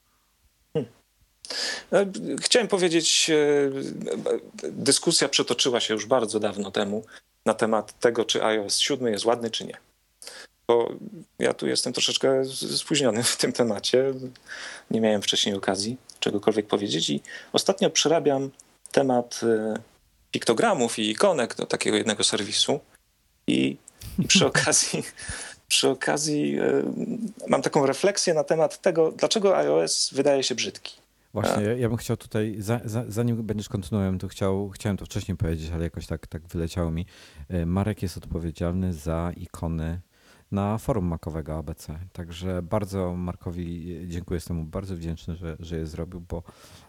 Chciałem powiedzieć, dyskusja przetoczyła się już bardzo dawno temu na temat tego, czy iOS 7 jest ładny, czy nie. Bo ja tu jestem troszeczkę spóźniony w tym temacie. Nie miałem wcześniej okazji czegokolwiek powiedzieć i ostatnio przerabiam temat piktogramów i ikonek do takiego jednego serwisu i przy okazji przy okazji mam taką refleksję na temat tego, dlaczego iOS wydaje się brzydki. Właśnie, ja bym chciał tutaj, zanim będziesz kontynuował, to chciałem to wcześniej powiedzieć, ale jakoś tak wyleciało mi. Marek jest odpowiedzialny za ikony na forum makowego ABC. Także bardzo Markowi dziękuję, jestem mu bardzo wdzięczny, że je zrobił, bo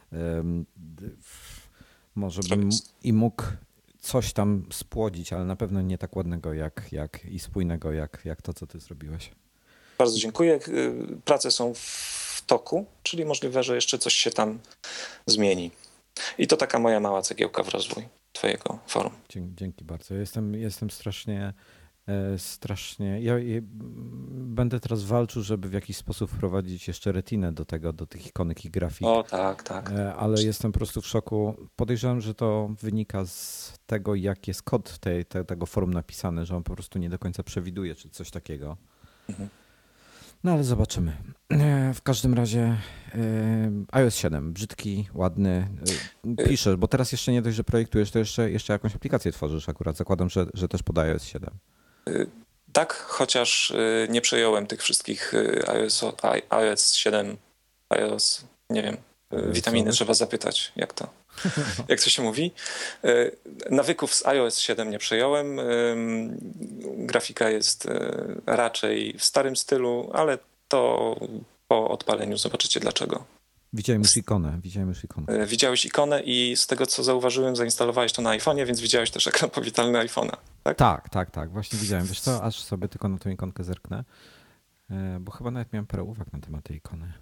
może bym i mógł coś tam spłodzić, ale na pewno nie tak ładnego i spójnego jak to, co ty zrobiłeś. Bardzo dziękuję. Prace są w toku, czyli możliwe, że jeszcze coś się tam zmieni. I to taka moja mała cegiełka w rozwój twojego forum. Dzięki bardzo. Jestem strasznie. Ja będę teraz walczył, żeby w jakiś sposób wprowadzić jeszcze retinę do tych ikonek i grafik. O, tak. Ale jestem po prostu w szoku. Podejrzewam, że to wynika z tego, jak jest kod tego forum napisany, że on po prostu nie do końca przewiduje, czy coś takiego. Mhm. No ale zobaczymy. W każdym razie iOS 7, brzydki, ładny. Piszesz, bo teraz jeszcze nie dość, że projektujesz, to jeszcze jakąś aplikację tworzysz akurat. Zakładam, że też pod iOS 7. Tak, chociaż nie przejąłem tych wszystkich iOS 7, iOS, nie wiem, witaminy trzeba zapytać, jak to się mówi. Nawyków z iOS 7 nie przejąłem. Grafika jest raczej w starym stylu, ale to po odpaleniu zobaczycie dlaczego. Widziałem już ikonę. Widziałeś ikonę i z tego, co zauważyłem, zainstalowałeś to na iPhone'ie, więc widziałeś też ekran powitalny iPhone'a, tak? Tak. Właśnie widziałem. Wiesz co, aż sobie tylko na tą ikonkę zerknę, bo chyba nawet miałem parę uwag na temat tej ikony.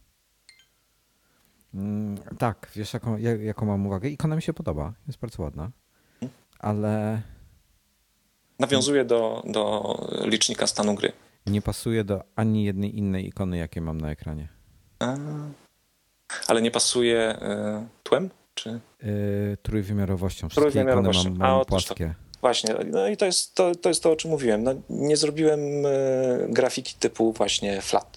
Tak, wiesz jaką mam uwagę? Ikona mi się podoba, jest bardzo ładna, ale... Nawiązuje do licznika stanu gry. Nie pasuje do ani jednej innej ikony, jakie mam na ekranie. Ale nie pasuje tłem? Czy? Trójwymiarowością. Wszystkie ikony mam płaskie. Właśnie, no i to jest to, o czym mówiłem. No, nie zrobiłem grafiki typu właśnie flat.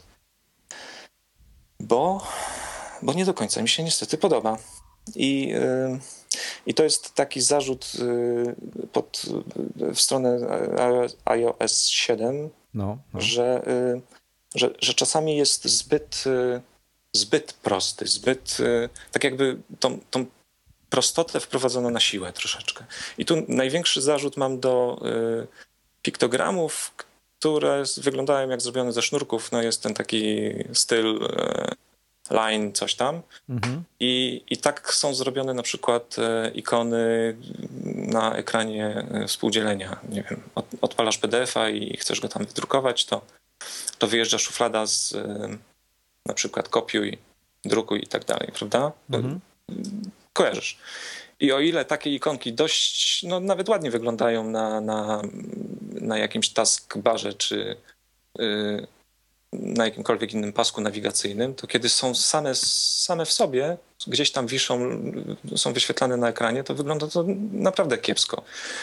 Bo nie do końca mi się niestety podoba. I to jest taki zarzut w stronę iOS 7, no. że czasami jest zbyt prosty, tak jakby tą prostotę wprowadzono na siłę troszeczkę. I tu największy zarzut mam do piktogramów, które wyglądają jak zrobione ze sznurków. No jest ten taki styl line, coś tam. Mhm. I tak są zrobione na przykład ikony na ekranie współdzielenia. Nie wiem, odpalasz PDF-a i chcesz go tam wydrukować, to wyjeżdża szuflada z na przykład kopiuj, drukuj i tak dalej, prawda? Mhm. Kojarzysz. I o ile takie ikonki dość, no nawet ładnie wyglądają na jakimś taskbarze czy na jakimkolwiek innym pasku nawigacyjnym, to kiedy są same w sobie, gdzieś tam wiszą, są wyświetlane na ekranie, to wygląda to naprawdę kiepsko.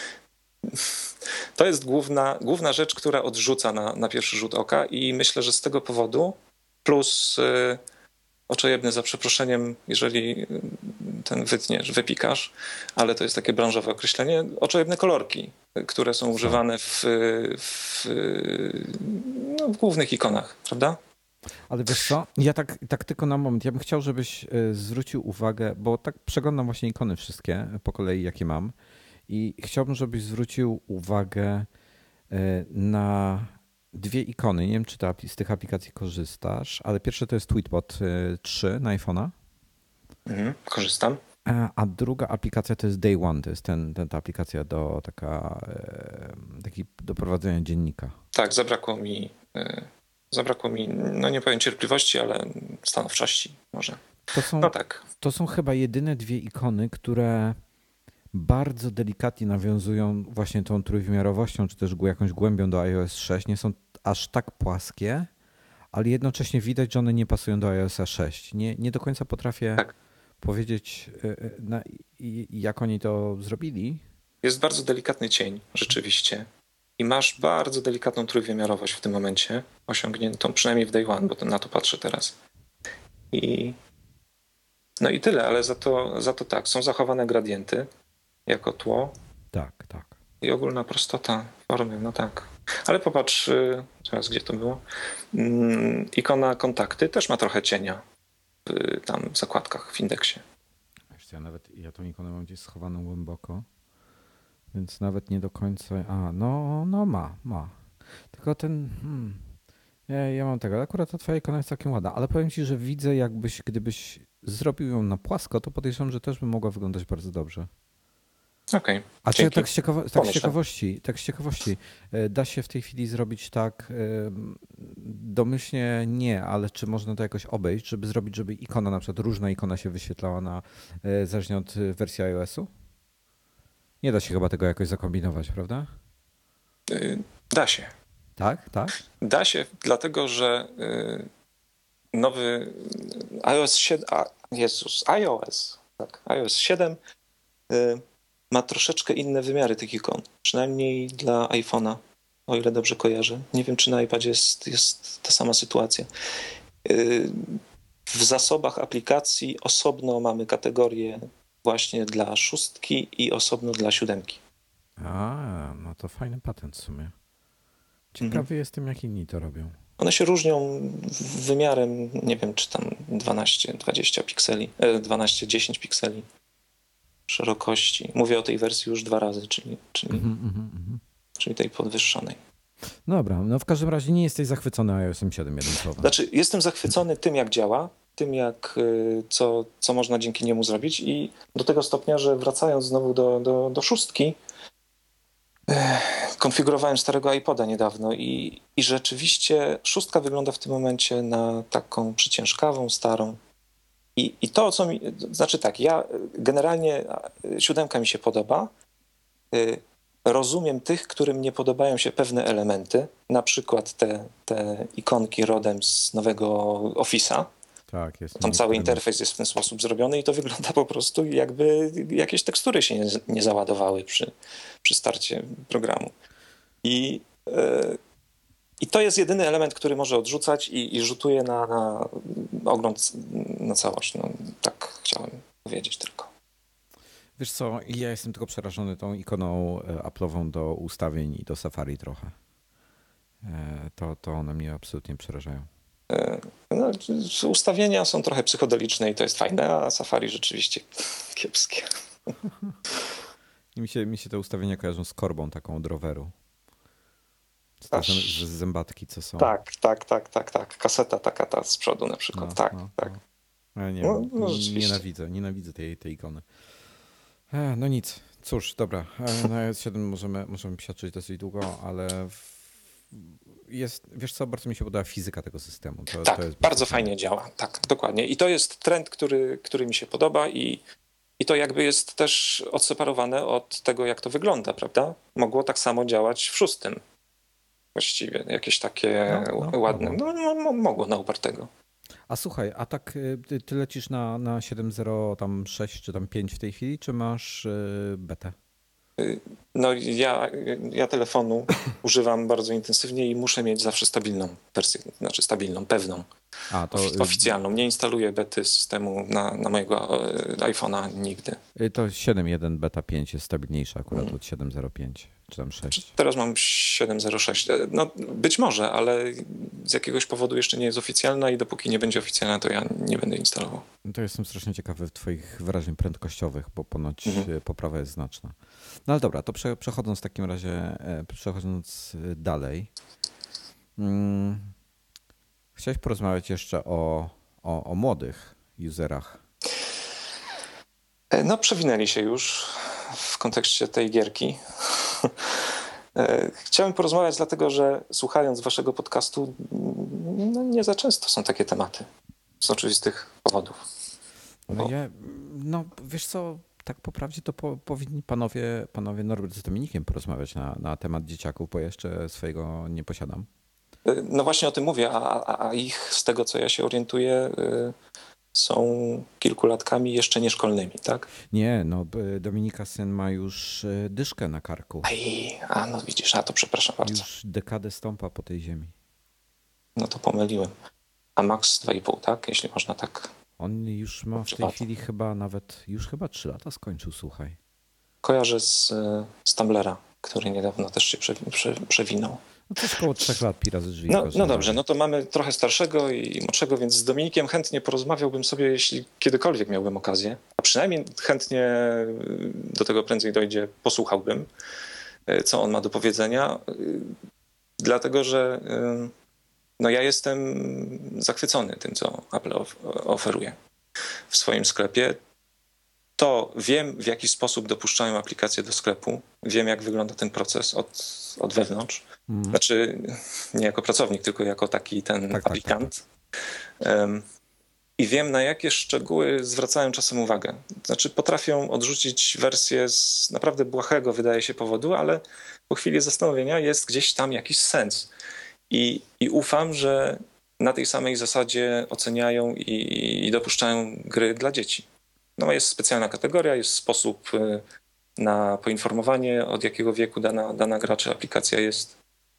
To jest główna rzecz, która odrzuca na pierwszy rzut oka i myślę, że z tego powodu plus oczojebny, za przeproszeniem, jeżeli ten wytniesz, wypikasz, ale to jest takie branżowe określenie, oczojebne kolorki, które są używane w głównych ikonach, prawda? Ale wiesz co, ja tak tylko na moment, ja bym chciał, żebyś zwrócił uwagę, bo tak przeglądam właśnie ikony wszystkie po kolei, jakie mam i chciałbym, żebyś zwrócił uwagę na dwie ikony. Nie wiem, czy z tych aplikacji korzystasz, ale pierwsze to jest Tweetbot 3 na iPhone'a. Korzystam. A druga aplikacja to jest Day One, to jest ta aplikacja do prowadzenia dziennika. Tak, zabrakło mi, no nie powiem cierpliwości, ale stanowczości może. To są chyba jedyne dwie ikony, które bardzo delikatnie nawiązują właśnie tą trójwymiarowością, czy też jakąś głębią do iOS 6. Nie są aż tak płaskie, ale jednocześnie widać, że one nie pasują do iOS 6. Nie do końca potrafię powiedzieć, jak oni to zrobili. Jest bardzo delikatny cień, rzeczywiście. I masz bardzo delikatną trójwymiarowość w tym momencie, osiągniętą przynajmniej w Day One, bo na to patrzę teraz. No i tyle, ale za to tak, są zachowane gradienty jako tło. Tak. I ogólna prostota formy, no tak. Ale popatrz, teraz gdzie to było? Ikona kontakty też ma trochę cienia tam w zakładkach w indeksie. Wiesz co, ja tą ikonę mam gdzieś schowaną głęboko, więc nawet nie do końca... No ma. Tylko ja mam tego, ale akurat ta twoja ikona jest całkiem ładna, ale powiem ci, że widzę gdybyś zrobił ją na płasko, to podejrzewam, że też by mogła wyglądać bardzo dobrze. Okej, A czy dzięki. tak z ciekawości, da się w tej chwili zrobić tak, domyślnie nie, ale czy można to jakoś obejść, żeby zrobić, żeby ikona, na przykład różna ikona się wyświetlała zależnie od wersji iOS-u? Nie da się chyba tego jakoś zakombinować, prawda? Da się. Tak? Da się, dlatego że nowy iOS 7, iOS 7 ma troszeczkę inne wymiary tych ikon, przynajmniej dla iPhone'a, o ile dobrze kojarzę. Nie wiem, czy na iPadzie jest ta sama sytuacja. W zasobach aplikacji osobno mamy kategorię właśnie dla 6 i osobno dla 7. No to fajny patent w sumie. Ciekawy jestem, jak inni to robią. One się różnią wymiarem, nie wiem, czy tam 12-20 pikseli, 12-10 pikseli szerokości. Mówię o tej wersji już 2 razy, czyli tej podwyższonej. Dobra, no w każdym razie nie jesteś zachwycony iOS-em 7, jednym słowem. Znaczy, jestem zachwycony tym, jak działa, tym, co można dzięki niemu zrobić i do tego stopnia, że wracając znowu do 6, konfigurowałem starego iPoda niedawno i rzeczywiście 6 wygląda w tym momencie na taką przyciężkawą, starą. I to, co mi... Znaczy tak, ja generalnie 7 mi się podoba. Rozumiem tych, którym nie podobają się pewne elementy, na przykład te ikonki rodem z nowego Office'a. Tak, jest. Tam cały interfejs jest w ten sposób zrobiony i to wygląda po prostu, jakby jakieś tekstury się nie załadowały przy starcie programu. I to jest jedyny element, który może odrzucać i rzutuje na ogląd, na całość. No, tak chciałem powiedzieć tylko. Wiesz co, ja jestem tylko przerażony tą ikoną Apple'ową do ustawień i do Safari trochę. To one mnie absolutnie przerażają. No, ustawienia są trochę psychodeliczne i to jest fajne, a Safari rzeczywiście kiepskie. I mi się te ustawienia kojarzą z korbą taką od roweru. Z zębatki, co są. Tak. Kaseta taka ta z przodu na przykład. Tak. Ja nienawidzę tej ikony. No nic, cóż, dobra. Na iOS 7 możemy psiaczyć dosyć długo, ale wiesz co, bardzo mi się podoba fizyka tego systemu. To jest bardzo fajnie działa. Tak, dokładnie. I to jest trend, który mi się podoba i to jakby jest też odseparowane od tego, jak to wygląda, prawda? Mogło tak samo działać w 6. Właściwie jakieś takie ładne. Mogło na upartego. A słuchaj, a tak ty lecisz na 7.0 tam 6 czy tam 5 w tej chwili, czy masz betę? No ja telefonu używam bardzo intensywnie i muszę mieć zawsze stabilną wersję, znaczy stabilną, pewną, oficjalną. Nie instaluję bety systemu na mojego iPhone'a nigdy. To 7.1 beta 5 jest stabilniejsza akurat od 7.05 czy tam 6. Teraz mam 7.06. No być może, ale z jakiegoś powodu jeszcze nie jest oficjalna i dopóki nie będzie oficjalna, to ja nie będę instalował. To jestem strasznie ciekawy twoich wyrażeń prędkościowych, bo ponoć poprawa jest znaczna. No ale dobra, to przechodząc w takim razie, dalej. Chciałeś porozmawiać jeszcze o młodych userach. No przewinęli się już w kontekście tej gierki. Chciałem porozmawiać dlatego, że słuchając waszego podcastu, no nie za często są takie tematy. Z oczywistych powodów. Wiesz co, tak po prawdzie to powinni panowie Norbert z Dominikiem porozmawiać na temat dzieciaków, bo jeszcze swojego nie posiadam. No właśnie o tym mówię, a ich, z tego co ja się orientuję, są kilkulatkami jeszcze nieszkolnymi, tak? Nie, no Dominika syn ma już dyszkę na karku. No widzisz, to przepraszam bardzo. Już dekadę stąpa po tej ziemi. No to pomyliłem. A Max 2,5, tak? Jeśli można tak. On już ma w tej chwili chyba 3 lata skończył, słuchaj. Kojarzę z Tumblera. który niedawno też się przewinął. No coś koło 3 lat pi razy drzwi. No dobrze, no to mamy trochę starszego i młodszego, więc z Dominikiem chętnie porozmawiałbym sobie, jeśli kiedykolwiek miałbym okazję, a przynajmniej chętnie do tego prędzej dojdzie, posłuchałbym, co on ma do powiedzenia, dlatego że no ja jestem zachwycony tym, co Apple oferuje w swoim sklepie. To wiem, w jaki sposób dopuszczają aplikacje do sklepu, wiem, jak wygląda ten proces od wewnątrz. Znaczy nie jako pracownik, tylko jako taki ten aplikant. I wiem, na jakie szczegóły zwracają czasem uwagę. Znaczy potrafią odrzucić wersję z naprawdę błahego, wydaje się, powodu, ale po chwili zastanowienia jest gdzieś tam jakiś sens. I ufam, że na tej samej zasadzie oceniają i dopuszczają gry dla dzieci. No jest specjalna kategoria, jest sposób na poinformowanie, od jakiego wieku dana gra czy aplikacja jest,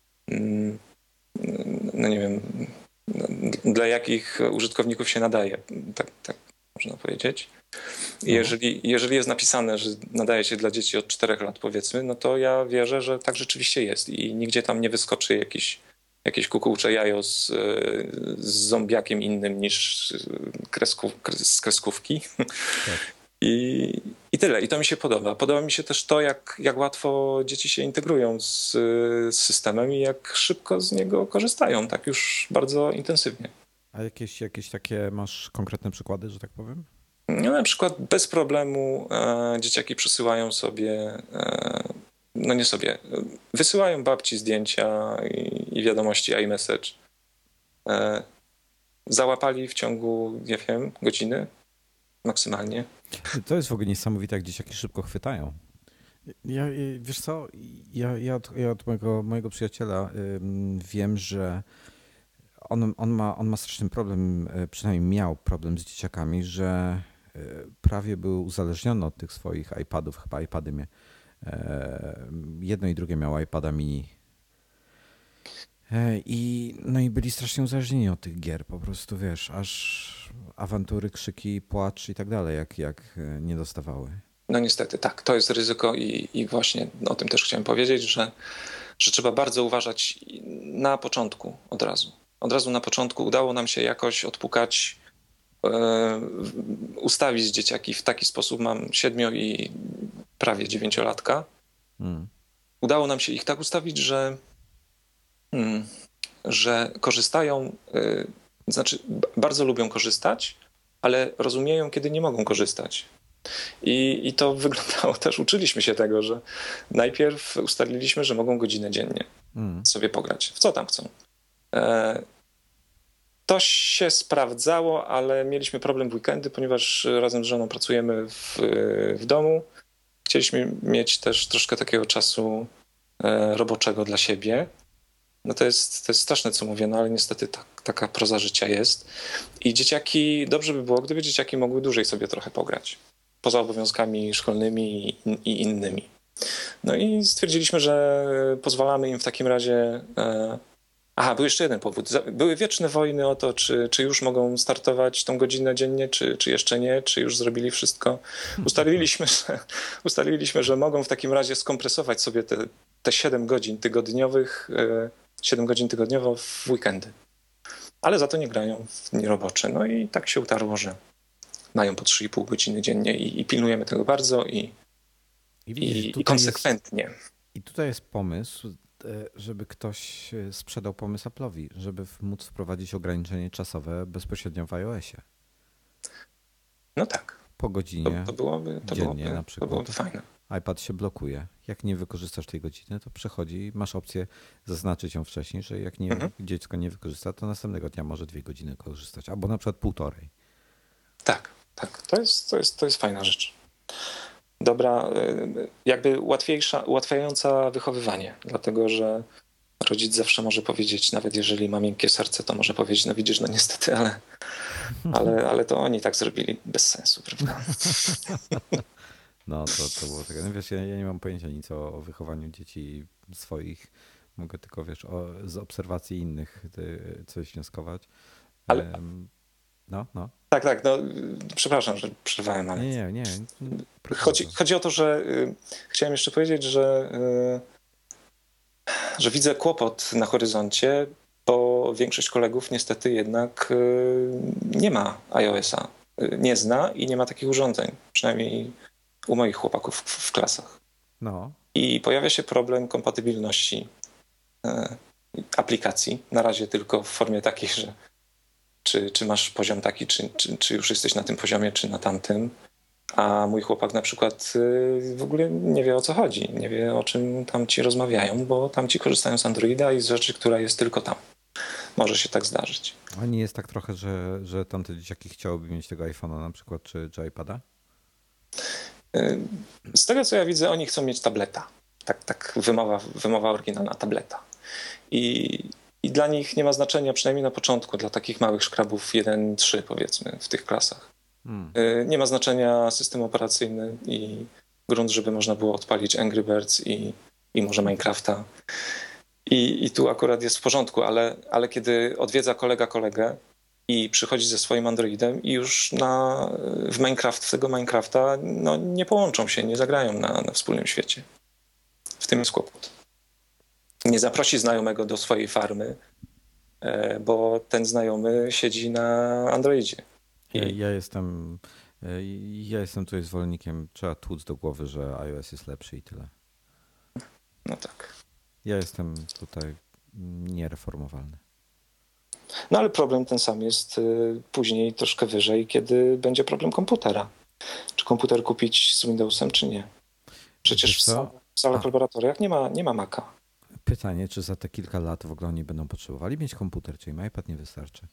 no nie wiem, dla jakich użytkowników się nadaje, tak można powiedzieć. Jeżeli jest napisane, że nadaje się dla dzieci od 4 lat, powiedzmy, no to ja wierzę, że tak rzeczywiście jest i nigdzie tam nie wyskoczy jakieś kukułcze jajo z zombiakiem innym niż z kreskówki. Tak. I tyle. I to mi się podoba. Podoba mi się też to, jak łatwo dzieci się integrują z systemem i jak szybko z niego korzystają, tak już bardzo intensywnie. A jakieś takie masz konkretne przykłady, że tak powiem? No, na przykład bez problemu dzieciaki przesyłają sobie, no nie sobie, wysyłają babci zdjęcia i wiadomości iMessage. Załapali w ciągu, nie wiem, godziny maksymalnie. To jest w ogóle niesamowite, jak dzieciaki szybko chwytają. Wiesz co, ja od mojego przyjaciela wiem, że on ma straszny problem, przynajmniej miał problem z dzieciakami, że prawie był uzależniony od tych swoich iPadów, chyba iPady jedno i drugie miało iPada mini. No i byli strasznie uzależnieni od tych gier, po prostu wiesz, aż awantury, krzyki, płacz i tak dalej, jak nie dostawały. No niestety, tak, to jest ryzyko i właśnie o tym też chciałem powiedzieć, że trzeba bardzo uważać na początku od razu. Od razu na początku udało nam się jakoś odpukać, ustawić dzieciaki w taki sposób, mam 7 i prawie 9-latka. Udało nam się ich tak ustawić, że korzystają, znaczy bardzo lubią korzystać, ale rozumieją, kiedy nie mogą korzystać. I to wyglądało też, uczyliśmy się tego, że najpierw ustaliliśmy, że mogą godzinę dziennie sobie pograć, w co tam chcą. To się sprawdzało, ale mieliśmy problem w weekendy, ponieważ razem z żoną pracujemy w domu. Chcieliśmy mieć też troszkę takiego czasu roboczego dla siebie. No to jest straszne, co mówię, no ale niestety taka proza życia jest. I dzieciaki, dobrze by było, gdyby dzieciaki mogły dłużej sobie trochę pograć. Poza obowiązkami szkolnymi i innymi. No i stwierdziliśmy, że pozwalamy im w takim razie... Aha, był jeszcze jeden powód. Były wieczne wojny o to, czy już mogą startować tą godzinę dziennie, czy jeszcze nie, czy już zrobili wszystko. Ustaliliśmy, że mogą w takim razie skompresować sobie te 7 godzin tygodniowych, 7 godzin tygodniowo w weekendy. Ale za to nie grają w dni robocze. No i tak się utarło, że mają po 3,5 godziny dziennie i pilnujemy tego bardzo i konsekwentnie. I tutaj jest pomysł, żeby ktoś sprzedał pomysł Apple'owi, żeby móc wprowadzić ograniczenie czasowe bezpośrednio w iOSie. No tak. Po godzinie to byłoby na przykład. To byłoby fajne. iPad się blokuje. Jak nie wykorzystasz tej godziny, to przechodzi, masz opcję zaznaczyć ją wcześniej, że jak dziecko nie wykorzysta, to następnego dnia może 2 godziny korzystać, albo na przykład 1,5. Tak. To jest fajna rzecz. Dobra, jakby ułatwiająca wychowywanie, dlatego że rodzic zawsze może powiedzieć, nawet jeżeli ma miękkie serce, to może powiedzieć, no widzisz, no niestety, ale to oni tak zrobili bez sensu, prawda? No to było takie, no wiesz, ja nie mam pojęcia nic o wychowaniu dzieci swoich, mogę tylko, wiesz, z obserwacji innych coś wnioskować. Ale... No. Tak, no przepraszam, że przerwałem, ale... Nie. Chodzi o to, że chciałem jeszcze powiedzieć, że że widzę kłopot na horyzoncie, bo większość kolegów niestety jednak nie ma iOS-a, nie zna i nie ma takich urządzeń, przynajmniej u moich chłopaków w klasach. No. I pojawia się problem kompatybilności aplikacji, na razie tylko w formie takiej, że czy masz poziom taki, czy już jesteś na tym poziomie, czy na tamtym. A mój chłopak na przykład w ogóle nie wie, o co chodzi, nie wie, o czym tam ci rozmawiają, bo tam ci korzystają z Androida i z rzeczy, która jest tylko tam. Może się tak zdarzyć. A nie jest tak trochę, że tamte dzieciaki chciałyby mieć tego iPhone'a na przykład, czy iPada? Z tego, co ja widzę, oni chcą mieć tableta. Tak wymowa oryginalna, tableta. I dla nich nie ma znaczenia, przynajmniej na początku, dla takich małych szkrabów 1-3 powiedzmy w tych klasach. Nie ma znaczenia system operacyjny i grunt, żeby można było odpalić Angry Birds i może Minecrafta. I tu akurat jest w porządku, ale kiedy odwiedza kolega kolegę i przychodzi ze swoim Androidem i już w tego Minecrafta no, nie połączą się, nie zagrają na wspólnym świecie. W tym jest kłopot. Nie zaprosi znajomego do swojej farmy, bo ten znajomy siedzi na Androidzie. Ja jestem tutaj zwolennikiem, trzeba tłuc do głowy, że iOS jest lepszy i tyle. No tak. Ja jestem tutaj niereformowalny. No ale problem ten sam jest później troszkę wyżej, kiedy będzie problem komputera. Czy komputer kupić z Windowsem, czy nie? Przecież w salach laboratoriach nie ma Maca. Pytanie, czy za te kilka lat w ogóle oni będą potrzebowali mieć komputer, czy im iPad nie wystarczy?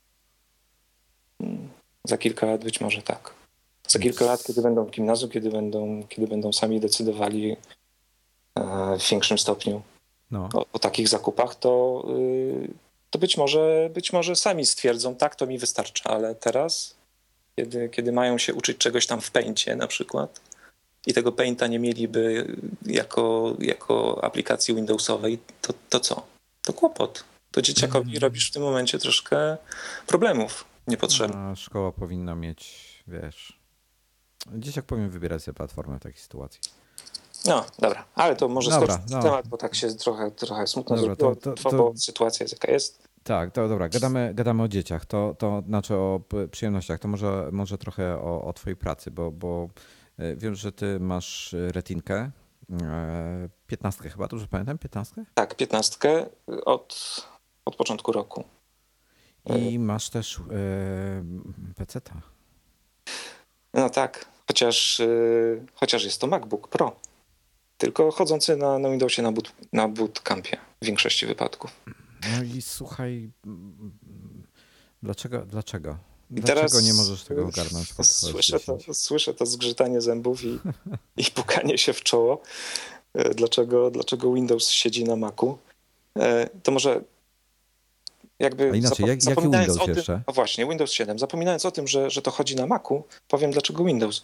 Za kilka lat być może tak. Za kilka lat, kiedy będą w gimnazjum, kiedy będą sami decydowali w większym stopniu o takich zakupach, to być może sami stwierdzą, tak, to mi wystarcza, ale teraz, kiedy mają się uczyć czegoś tam w Paincie na przykład i tego Painta nie mieliby jako aplikacji Windowsowej, to co? To kłopot. To dzieciakowi robisz w tym momencie troszkę problemów niepotrzebnych. A szkoła powinna mieć, wiesz, dzieciak powinien wybierać sobie platformę w takiej sytuacji. No, dobra, ale to może skończyć temat, bo tak się trochę smutno zrobiło, bo sytuacja jest jaka jest. Tak, to dobra, gadamy o dzieciach, to znaczy o przyjemnościach, to może trochę o twojej pracy, bo wiem, że ty masz retinkę, 15 chyba, dobrze pamiętam, 15? Tak, 15 od początku roku. I masz też PC-ta. No tak, chociaż jest to MacBook Pro. Tylko chodzący na Windowsie na bootcampie w większości wypadków. No i słuchaj, dlaczego? Dlaczego nie możesz tego ogarnąć? Słyszę to zgrzytanie zębów i pukanie się w czoło. Dlaczego Windows siedzi na Macu? To może jakby a inaczej, jaki Windows jeszcze? O właśnie, Windows 7. Zapominając o tym, że to chodzi na Macu, powiem dlaczego Windows.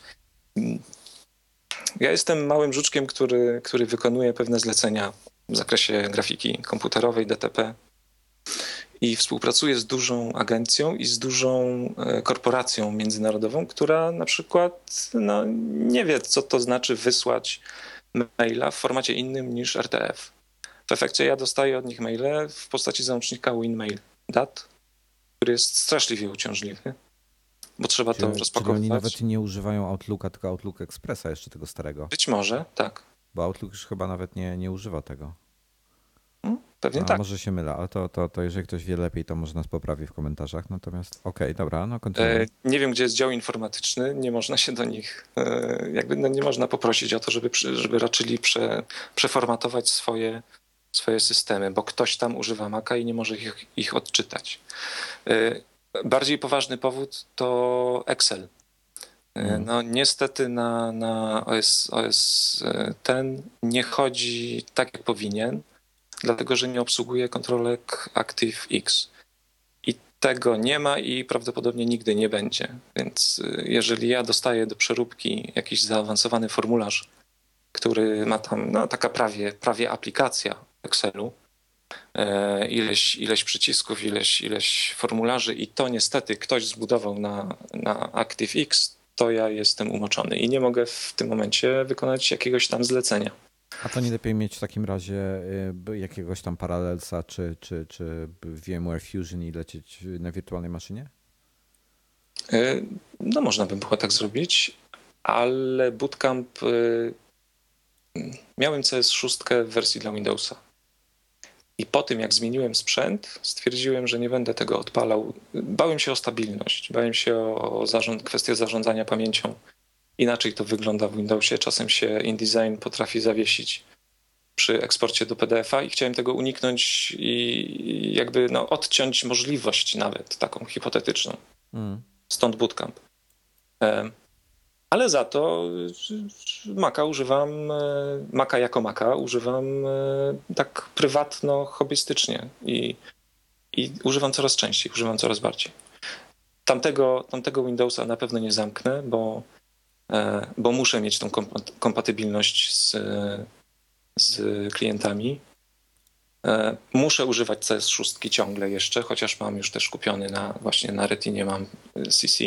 Ja jestem małym żuczkiem, który wykonuje pewne zlecenia w zakresie grafiki komputerowej, DTP i współpracuję z dużą agencją i z dużą korporacją międzynarodową, która na przykład nie wie, co to znaczy wysłać maila w formacie innym niż RTF. W efekcie ja dostaję od nich maile w postaci załącznika WinMail.dat, który jest straszliwie uciążliwy, bo trzeba to rozpakowywać. Czyli oni nawet nie używają Outlooka, tylko Outlook Expressa jeszcze tego starego. Być może, tak. Bo Outlook już chyba nawet nie używa tego. Pewnie tak. Może się mylę, ale to jeżeli ktoś wie lepiej, to może nas poprawi w komentarzach. Natomiast okej, dobra, kontynuuj. Nie wiem, gdzie jest dział informatyczny, nie można się do nich, nie można poprosić o to, żeby raczyli przeformatować swoje systemy, bo ktoś tam używa Maca i nie może ich odczytać. Bardziej poważny powód to Excel. No niestety na OS ten nie chodzi tak, jak powinien, dlatego że nie obsługuje kontrolek ActiveX. I tego nie ma i prawdopodobnie nigdy nie będzie. Więc jeżeli ja dostaję do przeróbki jakiś zaawansowany formularz, który ma tam taka prawie aplikacja Excelu, ileś przycisków, ileś formularzy i to niestety ktoś zbudował na ActiveX, to ja jestem umoczony i nie mogę w tym momencie wykonać jakiegoś tam zlecenia. A to nie lepiej mieć w takim razie jakiegoś tam Parallelsa czy VMware Fusion i lecieć na wirtualnej maszynie? No można by było tak zrobić, ale Bootcamp miałem CS6 w wersji dla Windowsa. I po tym, jak zmieniłem sprzęt, stwierdziłem, że nie będę tego odpalał. Bałem się o stabilność, bałem się o kwestię zarządzania pamięcią. Inaczej to wygląda w Windowsie. Czasem się InDesign potrafi zawiesić przy eksporcie do PDF-a i chciałem tego uniknąć i jakby odciąć możliwość nawet taką hipotetyczną. Stąd Bootcamp. Ale za to Maca używam, Maca jako Maca używam tak prywatno, hobbystycznie i używam coraz częściej, używam coraz bardziej. Tamtego Windowsa na pewno nie zamknę, bo muszę mieć tą kompatybilność z klientami. Muszę używać CS6 ciągle jeszcze, chociaż mam już też kupiony właśnie na Retinie mam CC.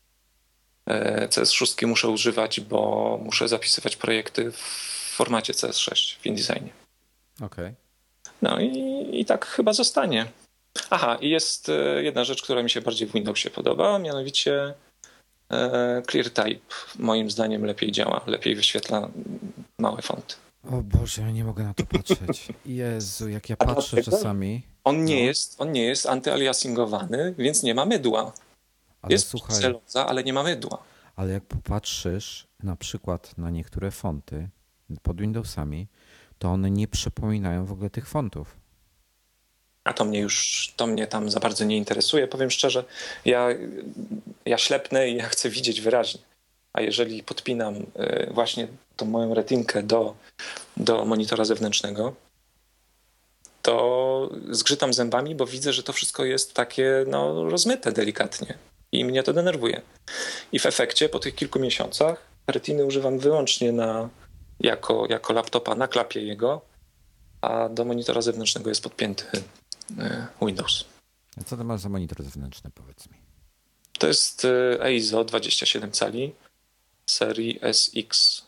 CS6 muszę używać, bo muszę zapisywać projekty w formacie CS6 w InDesignie. Okej. No i tak chyba zostanie. Aha, i jest jedna rzecz, która mi się bardziej w Windowsie podoba, mianowicie ClearType moim zdaniem lepiej działa, lepiej wyświetla małe fonty. O Boże, ja nie mogę na to patrzeć. Jezu, jak ja patrzę czasami. On nie jest antyaliasingowany, więc nie ma mydła. Ale Jest słuchaj, celoza, ale nie ma mydła. ale jak popatrzysz na przykład na niektóre fonty pod Windowsami, to one nie przypominają w ogóle tych fontów. A to mnie tam za bardzo nie interesuje. Powiem szczerze, ja ślepnę i ja chcę widzieć wyraźnie. A jeżeli podpinam właśnie tą moją retinkę do monitora zewnętrznego, to zgrzytam zębami, bo widzę, że to wszystko jest takie rozmyte delikatnie i mnie to denerwuje. I w efekcie po tych kilku miesiącach retiny używam wyłącznie jako laptopa na klapie jego, a do monitora zewnętrznego jest podpięty Windows. A co to masz za monitor zewnętrzny, powiedz mi? To jest EIZO 27 cali serii SX.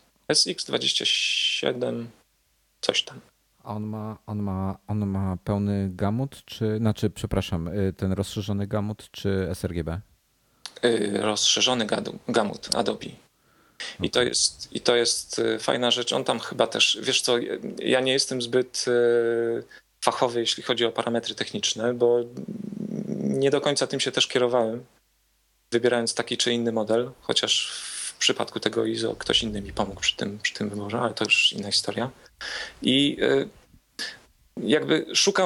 SX27 coś tam. A on ma pełny gamut, przepraszam, ten rozszerzony gamut, czy sRGB? Rozszerzony gamut Adobe. I to jest fajna rzecz. On tam chyba też, wiesz co, ja nie jestem zbyt fachowy, jeśli chodzi o parametry techniczne, bo nie do końca tym się też kierowałem, wybierając taki czy inny model, chociaż w przypadku tego ISO ktoś inny mi pomógł przy tym wyborze, ale to już inna historia. I jakby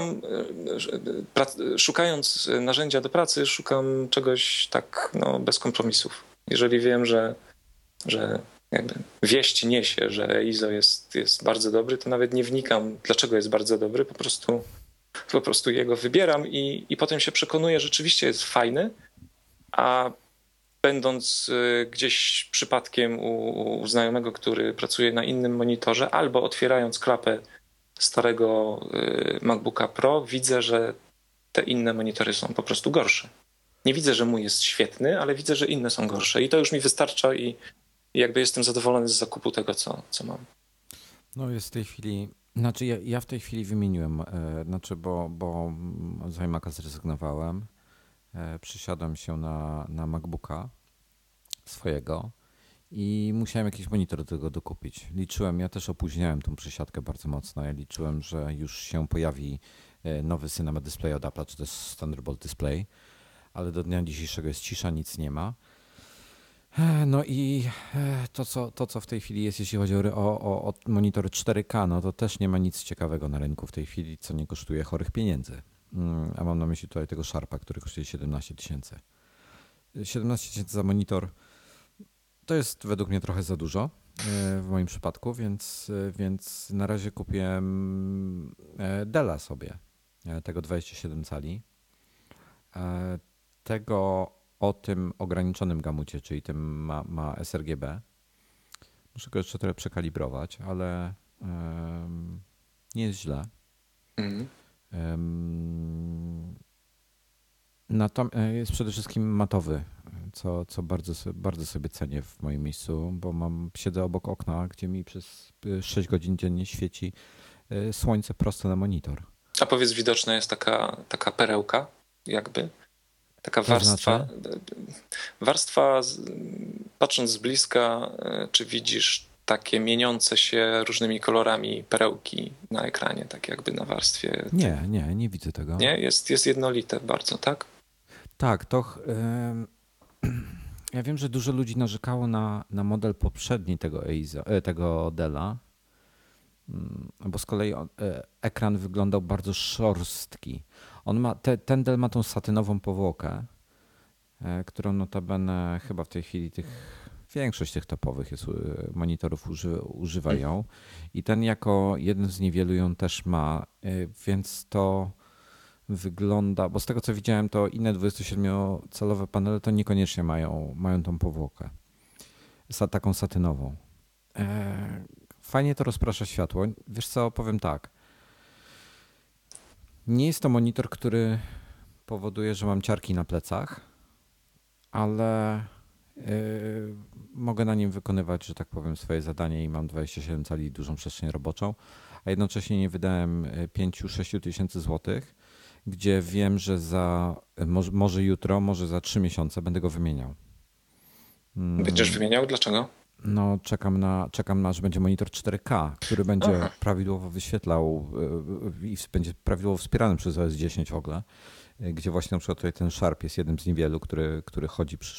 szukając narzędzia do pracy, szukam czegoś tak bez kompromisów. Jeżeli wiem, że jakby wieść niesie, że ISO jest bardzo dobry, to nawet nie wnikam, dlaczego jest bardzo dobry, po prostu jego wybieram i potem się przekonuję, że rzeczywiście jest fajny, a będąc gdzieś przypadkiem u znajomego, który pracuje na innym monitorze, albo otwierając klapę starego MacBooka Pro, widzę, że te inne monitory są po prostu gorsze. Nie widzę, że mój jest świetny, ale widzę, że inne są gorsze i to już mi wystarcza i jakby jestem zadowolony z zakupu tego, co mam. No jest w tej chwili, ja w tej chwili wymieniłem, bo z iMac'a zrezygnowałem, przysiadłem się na MacBooka swojego i musiałem jakiś monitor do tego dokupić. Ja też opóźniałem tą przesiadkę bardzo mocno. Ja liczyłem, że już się pojawi nowy Cinema Display od Apple'a, czy też Thunderbolt Display, ale do dnia dzisiejszego jest cisza, nic nie ma. No i to, co w tej chwili jest, jeśli chodzi o monitory 4K, no to też nie ma nic ciekawego na rynku w tej chwili, co nie kosztuje chorych pieniędzy. A mam na myśli tutaj tego Sharpa, który kosztuje 17 tysięcy. 17 tysięcy za monitor to jest według mnie trochę za dużo w moim przypadku, więc na razie kupiłem Della sobie, tego 27 cali. Tego o tym ograniczonym gamucie, czyli tym ma sRGB. Muszę go jeszcze trochę przekalibrować, ale nie jest źle. Jest przede wszystkim matowy, co bardzo sobie cenię w moim miejscu, bo siedzę obok okna, gdzie mi przez 6 godzin dziennie świeci słońce prosto na monitor. A powiedz, widoczna jest taka perełka, jakby? Taka To znaczy? warstwa, patrząc z bliska, czy widzisz takie mieniące się różnymi kolorami perełki na ekranie, tak jakby na warstwie tej. Nie widzę tego. Nie? Jest jednolite bardzo, tak? Tak, ja wiem, że dużo ludzi narzekało na model poprzedni tego Della, bo z kolei ekran wyglądał bardzo szorstki. Ten Dell ma tą satynową powłokę, którą notabene chyba w tej chwili większość tych topowych monitorów używa ją i ten jako jeden z niewielu ją też ma, więc to wygląda, bo z tego co widziałem, to inne 27-calowe panele to niekoniecznie mają tą powłokę, taką satynową. Fajnie to rozprasza światło. Wiesz co, powiem tak. Nie jest to monitor, który powoduje, że mam ciarki na plecach, ale mogę na nim wykonywać, że tak powiem, swoje zadanie i mam 27 cali dużą przestrzeń roboczą, a jednocześnie nie wydałem 5-6 tysięcy złotych, gdzie wiem, że może jutro, może za 3 miesiące będę go wymieniał. Będziesz wymieniał? Dlaczego? No, czekam na, że będzie monitor 4K, który będzie Aha. prawidłowo wyświetlał i będzie prawidłowo wspierany przez OS 10 w ogóle, gdzie właśnie na przykład tutaj ten Sharp jest jednym z niewielu, który chodzi przy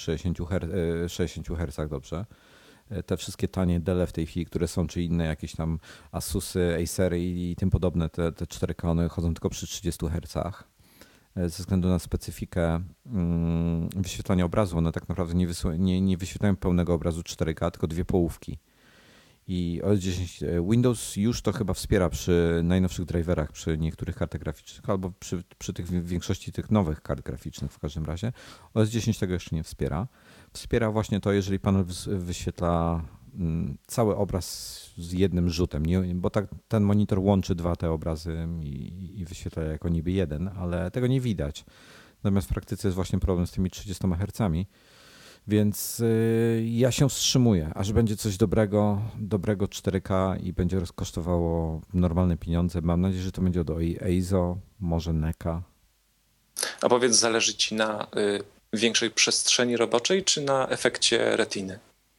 60 Hz dobrze. Te wszystkie tanie Delle w tej chwili, które są, czy inne jakieś tam Asusy, Acery i tym podobne, te 4K one chodzą tylko przy 30 Hz. Ze względu na specyfikę wyświetlania obrazu, one tak naprawdę nie wyświetlają pełnego obrazu 4K, tylko dwie połówki. I OS 10 Windows już to chyba wspiera przy najnowszych driverach, przy niektórych kartach graficznych, albo przy większości tych nowych kart graficznych w każdym razie. OS 10 tego jeszcze nie wspiera. Wspiera właśnie to, jeżeli panel wyświetla cały obraz z jednym rzutem, bo ten monitor łączy te obrazy i wyświetla jako niby jeden, ale tego nie widać. Natomiast w praktyce jest właśnie problem z tymi 30 Hz, więc ja się wstrzymuję, aż będzie coś dobrego 4K i będzie kosztowało normalne pieniądze. Mam nadzieję, że to będzie od EIZO, może NECA. A powiedz, zależy ci na większej przestrzeni roboczej, czy na efekcie retiny?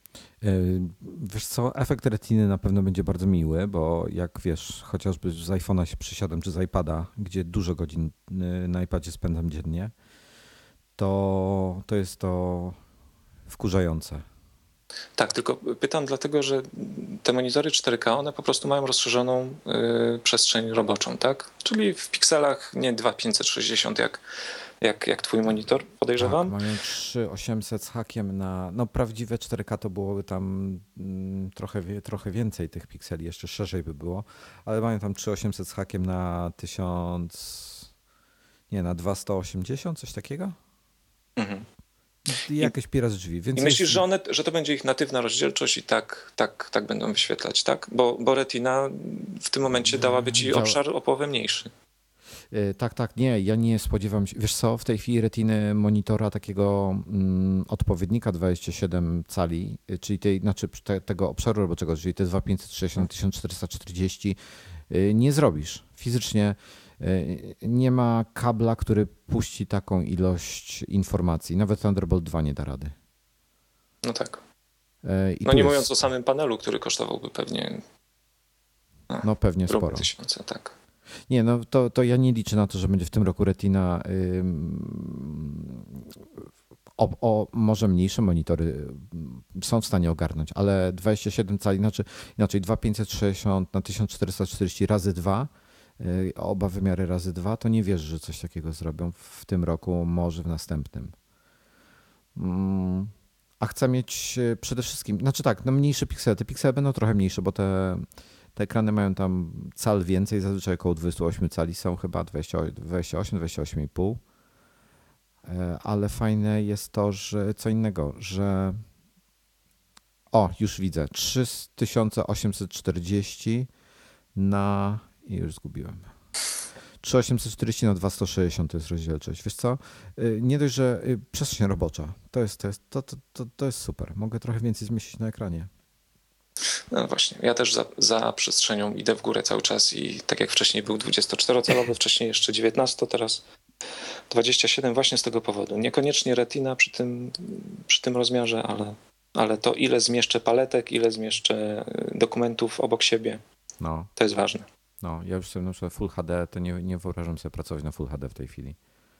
Wiesz co, efekt retiny na pewno będzie bardzo miły, bo jak wiesz, chociażby z iPhone'a się przysiadam, czy z iPada, gdzie dużo godzin na iPadzie spędzam dziennie, to jest to wkurzające. Tak, tylko pytam dlatego, że te monitory 4K, one po prostu mają rozszerzoną przestrzeń roboczą, tak? Czyli w pikselach nie 2560 jak twój monitor, podejrzewam. Tak, mają 3800 z hakiem no prawdziwe 4K to byłoby tam trochę więcej tych pikseli, jeszcze szerzej by było, ale mają tam 3800 z hakiem na 2180, coś takiego? Mhm. I jakieś pira z drzwi. Więc I myślisz, że to będzie ich natywna rozdzielczość i tak będą wyświetlać, tak? Bo Retina w tym momencie dałaby ci obszar o połowę mniejszy. Tak, nie, ja nie spodziewam się. Wiesz co, w tej chwili retiny monitora takiego odpowiednika 27 cali, czyli tego obszaru roboczego, czyli te 2560 1440 nie zrobisz. Fizycznie nie ma kabla, który puści taką ilość informacji. Nawet Thunderbolt 2 nie da rady. No tak. I No nie mówiąc o samym panelu, który kosztowałby pewnie pewnie sporo. 1000, tak. Nie, no to ja nie liczę na to, że będzie w tym roku Retina może mniejsze monitory są w stanie ogarnąć, ale 27 cali, inaczej 2560 na 1440 razy 2, oba wymiary razy 2, to nie wierzę, że coś takiego zrobią w tym roku, może w następnym. A chcę mieć przede wszystkim, mniejsze piksele. Te piksele będą trochę mniejsze, bo te ekrany mają tam cal więcej, zazwyczaj około 28 cali są chyba 28,5. Ale fajne jest to, że co innego, że już widzę, 3840 na, już zgubiłem, 3840 na 2160 to jest rozdzielczość. Wiesz co? Nie dość, że przestrzeń robocza. To jest super. Mogę trochę więcej zmieścić na ekranie. No właśnie, ja też za przestrzenią idę w górę cały czas i tak jak wcześniej był 24-calowy, wcześniej jeszcze 19, teraz 27 właśnie z tego powodu. Niekoniecznie retina przy tym rozmiarze, ale to ile zmieszczę paletek, ile zmieszczę dokumentów obok siebie, No, to jest ważne. no ja już jestem na przykład Full HD, to nie wyobrażam sobie pracować na Full HD w tej chwili.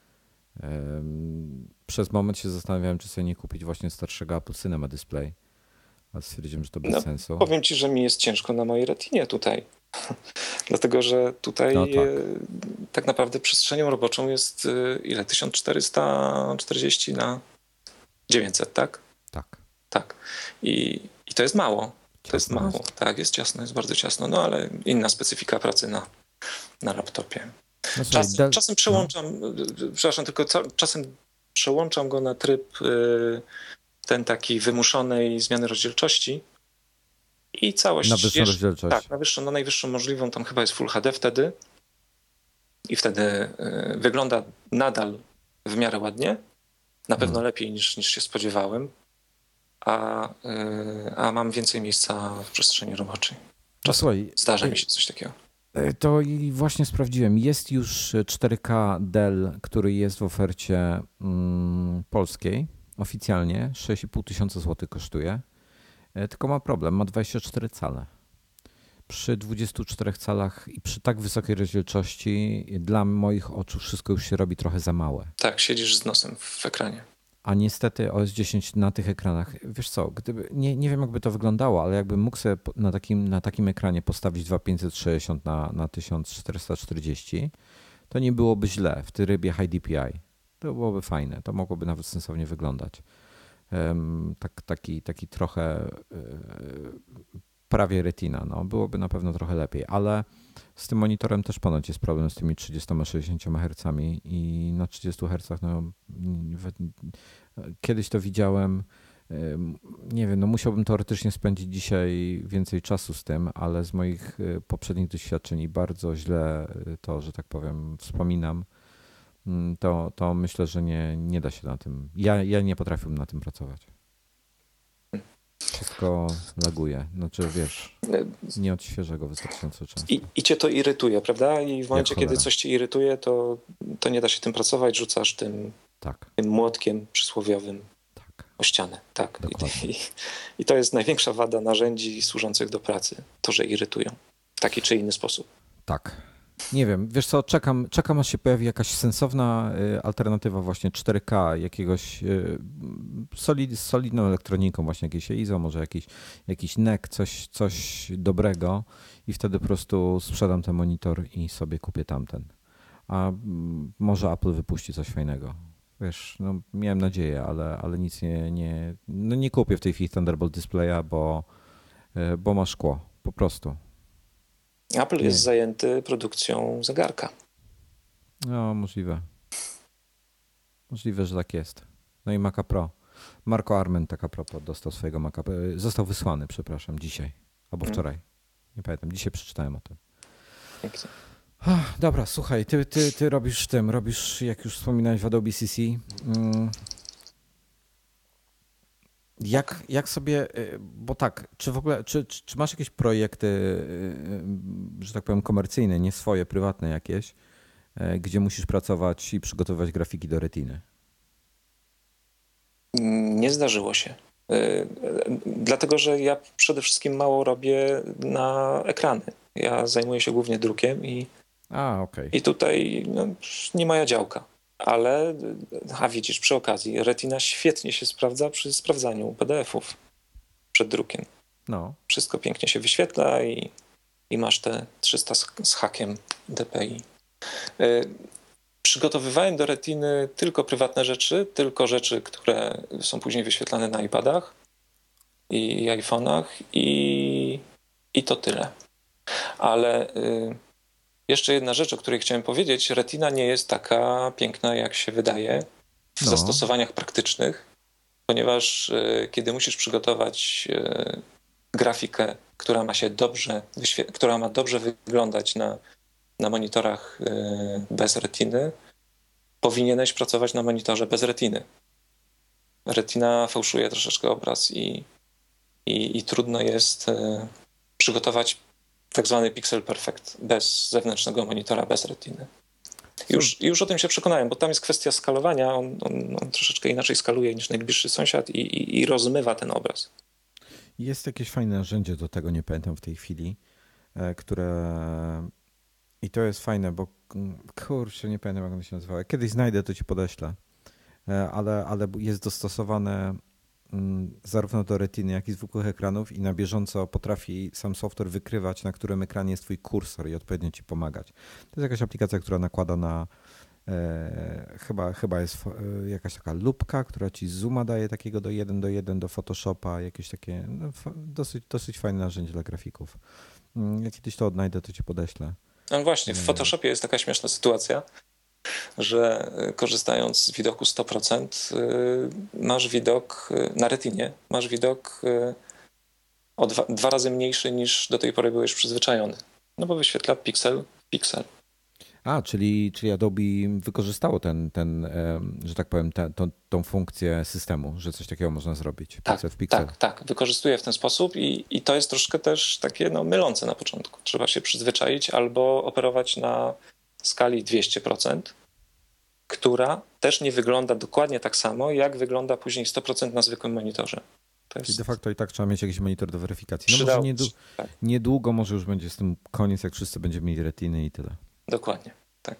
Przez moment się zastanawiałem, czy sobie nie kupić właśnie starszego Apple Cinema Display, ale stwierdziłem, że to bez sensu. Powiem ci, że mi jest ciężko na mojej retinie tutaj. Dlatego, że tutaj No tak. tak naprawdę przestrzenią roboczą jest ile? 1440 na 900, tak? Tak. Tak. I to jest mało. To jest Ciasno mało. jest. Tak, jest ciasno, jest bardzo ciasno, no ale inna specyfika pracy na laptopie. No, słuchaj, Czasem przełączam, przepraszam, tylko czasem przełączam go na tryb ten taki wymuszonej zmiany rozdzielczości i całość na wyższą rozdzielczość. Tak, na najwyższą możliwą, tam chyba jest Full HD wtedy i wtedy wygląda nadal w miarę ładnie, na pewno lepiej niż się spodziewałem, a mam więcej miejsca w przestrzeni roboczej. Czasem zdarza mi się coś takiego. To i właśnie sprawdziłem. Jest już 4K Dell, który jest w ofercie polskiej oficjalnie. 6,5 tysiąca złotych kosztuje. Tylko ma problem, ma 24 cale. Przy 24 calach i przy tak wysokiej rozdzielczości dla moich oczu wszystko już się robi trochę za małe. Tak, siedzisz z nosem w ekranie. A niestety OS 10 na tych ekranach, wiesz co, gdyby, nie wiem jakby to wyglądało, ale jakbym mógł sobie na takim ekranie postawić 2560 na 1440, to nie byłoby źle w trybie High DPI. To byłoby fajne, to mogłoby nawet sensownie wyglądać. Taki trochę prawie retina, no, byłoby na pewno trochę lepiej, ale z tym monitorem też ponoć jest problem z tymi 30-60 Hz i na 30 Hz, no, kiedyś to widziałem, nie wiem, no musiałbym teoretycznie spędzić dzisiaj więcej czasu z tym, ale z moich poprzednich doświadczeń i bardzo źle to, że tak powiem, wspominam, to myślę, że nie da się na tym, ja nie potrafiłbym na tym pracować. Wszystko laguje. Znaczy, wiesz, nie odświeża go wystarczająco często. I cię to irytuje, prawda? I w momencie, kiedy coś cię irytuje, to nie da się tym pracować, rzucasz tym młotkiem przysłowiowym o ścianę. Tak. I to jest największa wada narzędzi służących do pracy. To, że irytują w taki czy inny sposób. Tak. Nie wiem, wiesz co, czekam aż się pojawi jakaś sensowna alternatywa właśnie 4K, jakiegoś z solidną elektroniką, właśnie jakieś ISO, może jakiś NEC, coś dobrego i wtedy po prostu sprzedam ten monitor i sobie kupię tamten. A może Apple wypuści coś fajnego. Wiesz, no miałem nadzieję, ale nic nie kupię w tej chwili Thunderbolt Displaya, bo ma szkło, po prostu. Apple jest zajęty produkcją zegarka. No, możliwe. Możliwe, że tak jest. No i Maca Pro. Marco Arment, tak a propos, dostał swojego Maca Pro. Został wysłany, przepraszam, dzisiaj. Albo wczoraj. Nie pamiętam. Dzisiaj przeczytałem o tym. Dobra, słuchaj, ty robisz, jak już wspominałeś, w Adobe CC. Jak sobie, bo tak, czy w ogóle, czy masz jakieś projekty, że tak powiem, komercyjne, nie swoje, prywatne jakieś, gdzie musisz pracować i przygotowywać grafiki do retiny? Nie zdarzyło się. Dlatego, że ja przede wszystkim mało robię na ekrany. Ja zajmuję się głównie drukiem i tutaj no, nie moja działka. Ale, widzisz, przy okazji, retina świetnie się sprawdza przy sprawdzaniu PDF-ów przed drukiem. No. Wszystko pięknie się wyświetla i masz te 300 z hakiem dpi. Przygotowywałem do retiny tylko prywatne rzeczy, tylko rzeczy, które są później wyświetlane na iPadach i iPhone'ach i to tyle. Ale jeszcze jedna rzecz, o której chciałem powiedzieć. Retina nie jest taka piękna, jak się wydaje w zastosowaniach praktycznych, ponieważ kiedy musisz przygotować grafikę, która ma dobrze wyglądać na na monitorach bez retiny, powinieneś pracować na monitorze bez retiny. Retina fałszuje troszeczkę obraz i trudno jest przygotować tak zwany pixel perfect bez zewnętrznego monitora, bez retiny. Już o tym się przekonałem, bo tam jest kwestia skalowania. On troszeczkę inaczej skaluje niż najbliższy sąsiad i rozmywa ten obraz. Jest jakieś fajne narzędzie do tego, nie pamiętam w tej chwili, które... I to jest fajne, bo kurczę, nie pamiętam jak ono się nazywa. Jak kiedyś znajdę, to ci podeślę. Ale jest dostosowane zarówno do retiny, jak i zwykłych ekranów i na bieżąco potrafi sam software wykrywać, na którym ekranie jest twój kursor i odpowiednio ci pomagać. To jest jakaś aplikacja, która nakłada na chyba jest jakaś taka lupka, która ci zooma daje takiego do 1:1 do Photoshopa, jakieś takie no, dosyć fajne narzędzie dla grafików. Jak kiedyś to odnajdę, to ci podeślę. No właśnie, w Photoshopie jest taka śmieszna sytuacja, że korzystając z widoku 100%, masz widok na retinie, masz widok o dwa razy mniejszy niż do tej pory byłeś przyzwyczajony. No bo wyświetla piksel, piksel. Czyli Adobe wykorzystało że tak powiem, tą funkcję systemu, że coś takiego można zrobić. Pixel w pixel. Tak. Wykorzystuje w ten sposób i to jest troszkę też takie mylące na początku. Trzeba się przyzwyczaić albo operować na skali 200%, która też nie wygląda dokładnie tak samo, jak wygląda później 100% na zwykłym monitorze. Czyli de facto i tak trzeba mieć jakiś monitor do weryfikacji. No może niedługo może już będzie z tym koniec, jak wszyscy będziemy mieli retiny i tyle. Dokładnie, tak.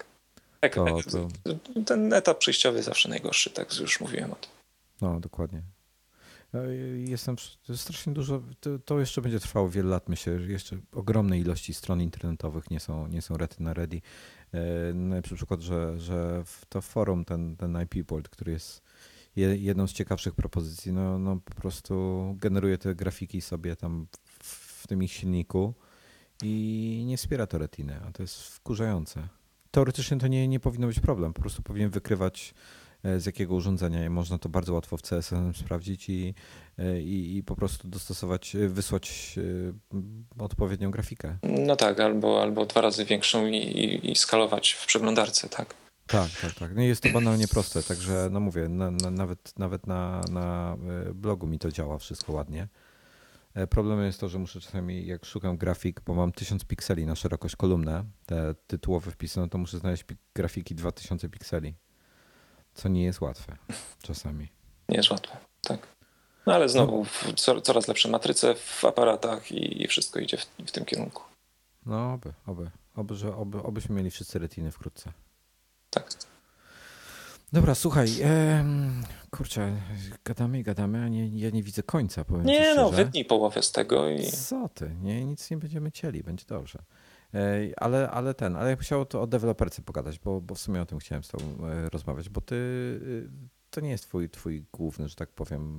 Ten etap przejściowy zawsze najgorszy, tak już mówiłem o tym. No, dokładnie. Strasznie dużo, to jeszcze będzie trwało wiele lat, myślę, jeszcze ogromnej ilości stron internetowych nie są retina ready. Najlepszy przykład, że to forum, ten IP Port, który jest jedną z ciekawszych propozycji, no po prostu generuje te grafiki sobie tam w tym ich silniku i nie wspiera to retiny, a to jest wkurzające. Teoretycznie to nie powinno być problem, po prostu powinien wykrywać z jakiego urządzenia i można to bardzo łatwo w CSS sprawdzić i po prostu dostosować, wysłać odpowiednią grafikę. No tak, albo 2 razy większą i skalować w przeglądarce, tak? Tak. No jest to banalnie proste, także no mówię, nawet na blogu mi to działa wszystko ładnie. Problemem jest to, że muszę czasami, jak szukam grafik, bo mam 1000 pikseli na szerokość kolumnę, te tytułowe wpisy, no to muszę znaleźć grafiki 2000 pikseli, co nie jest łatwe czasami. Nie jest łatwe, tak. No ale znowu coraz lepsze matryce w aparatach i wszystko idzie w tym kierunku. No obyśmy mieli wszyscy retiny wkrótce. Tak. Dobra, słuchaj, kurczę, gadamy, a ja nie widzę końca, powiem Nie, ci no, szczerze. wytnij połowę z tego i... Co ty, nic nie będziemy cieli, będzie dobrze. Ale ja bym chciał to o deweloperce pogadać, bo w sumie o tym chciałem z tobą rozmawiać, bo to nie jest twój główny, że tak powiem,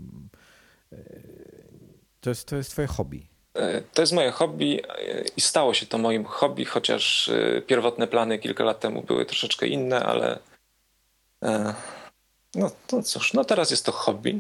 to jest twoje hobby. To jest moje hobby i stało się to moim hobby, chociaż pierwotne plany kilka lat temu były troszeczkę inne, ale no to cóż, no teraz jest to hobby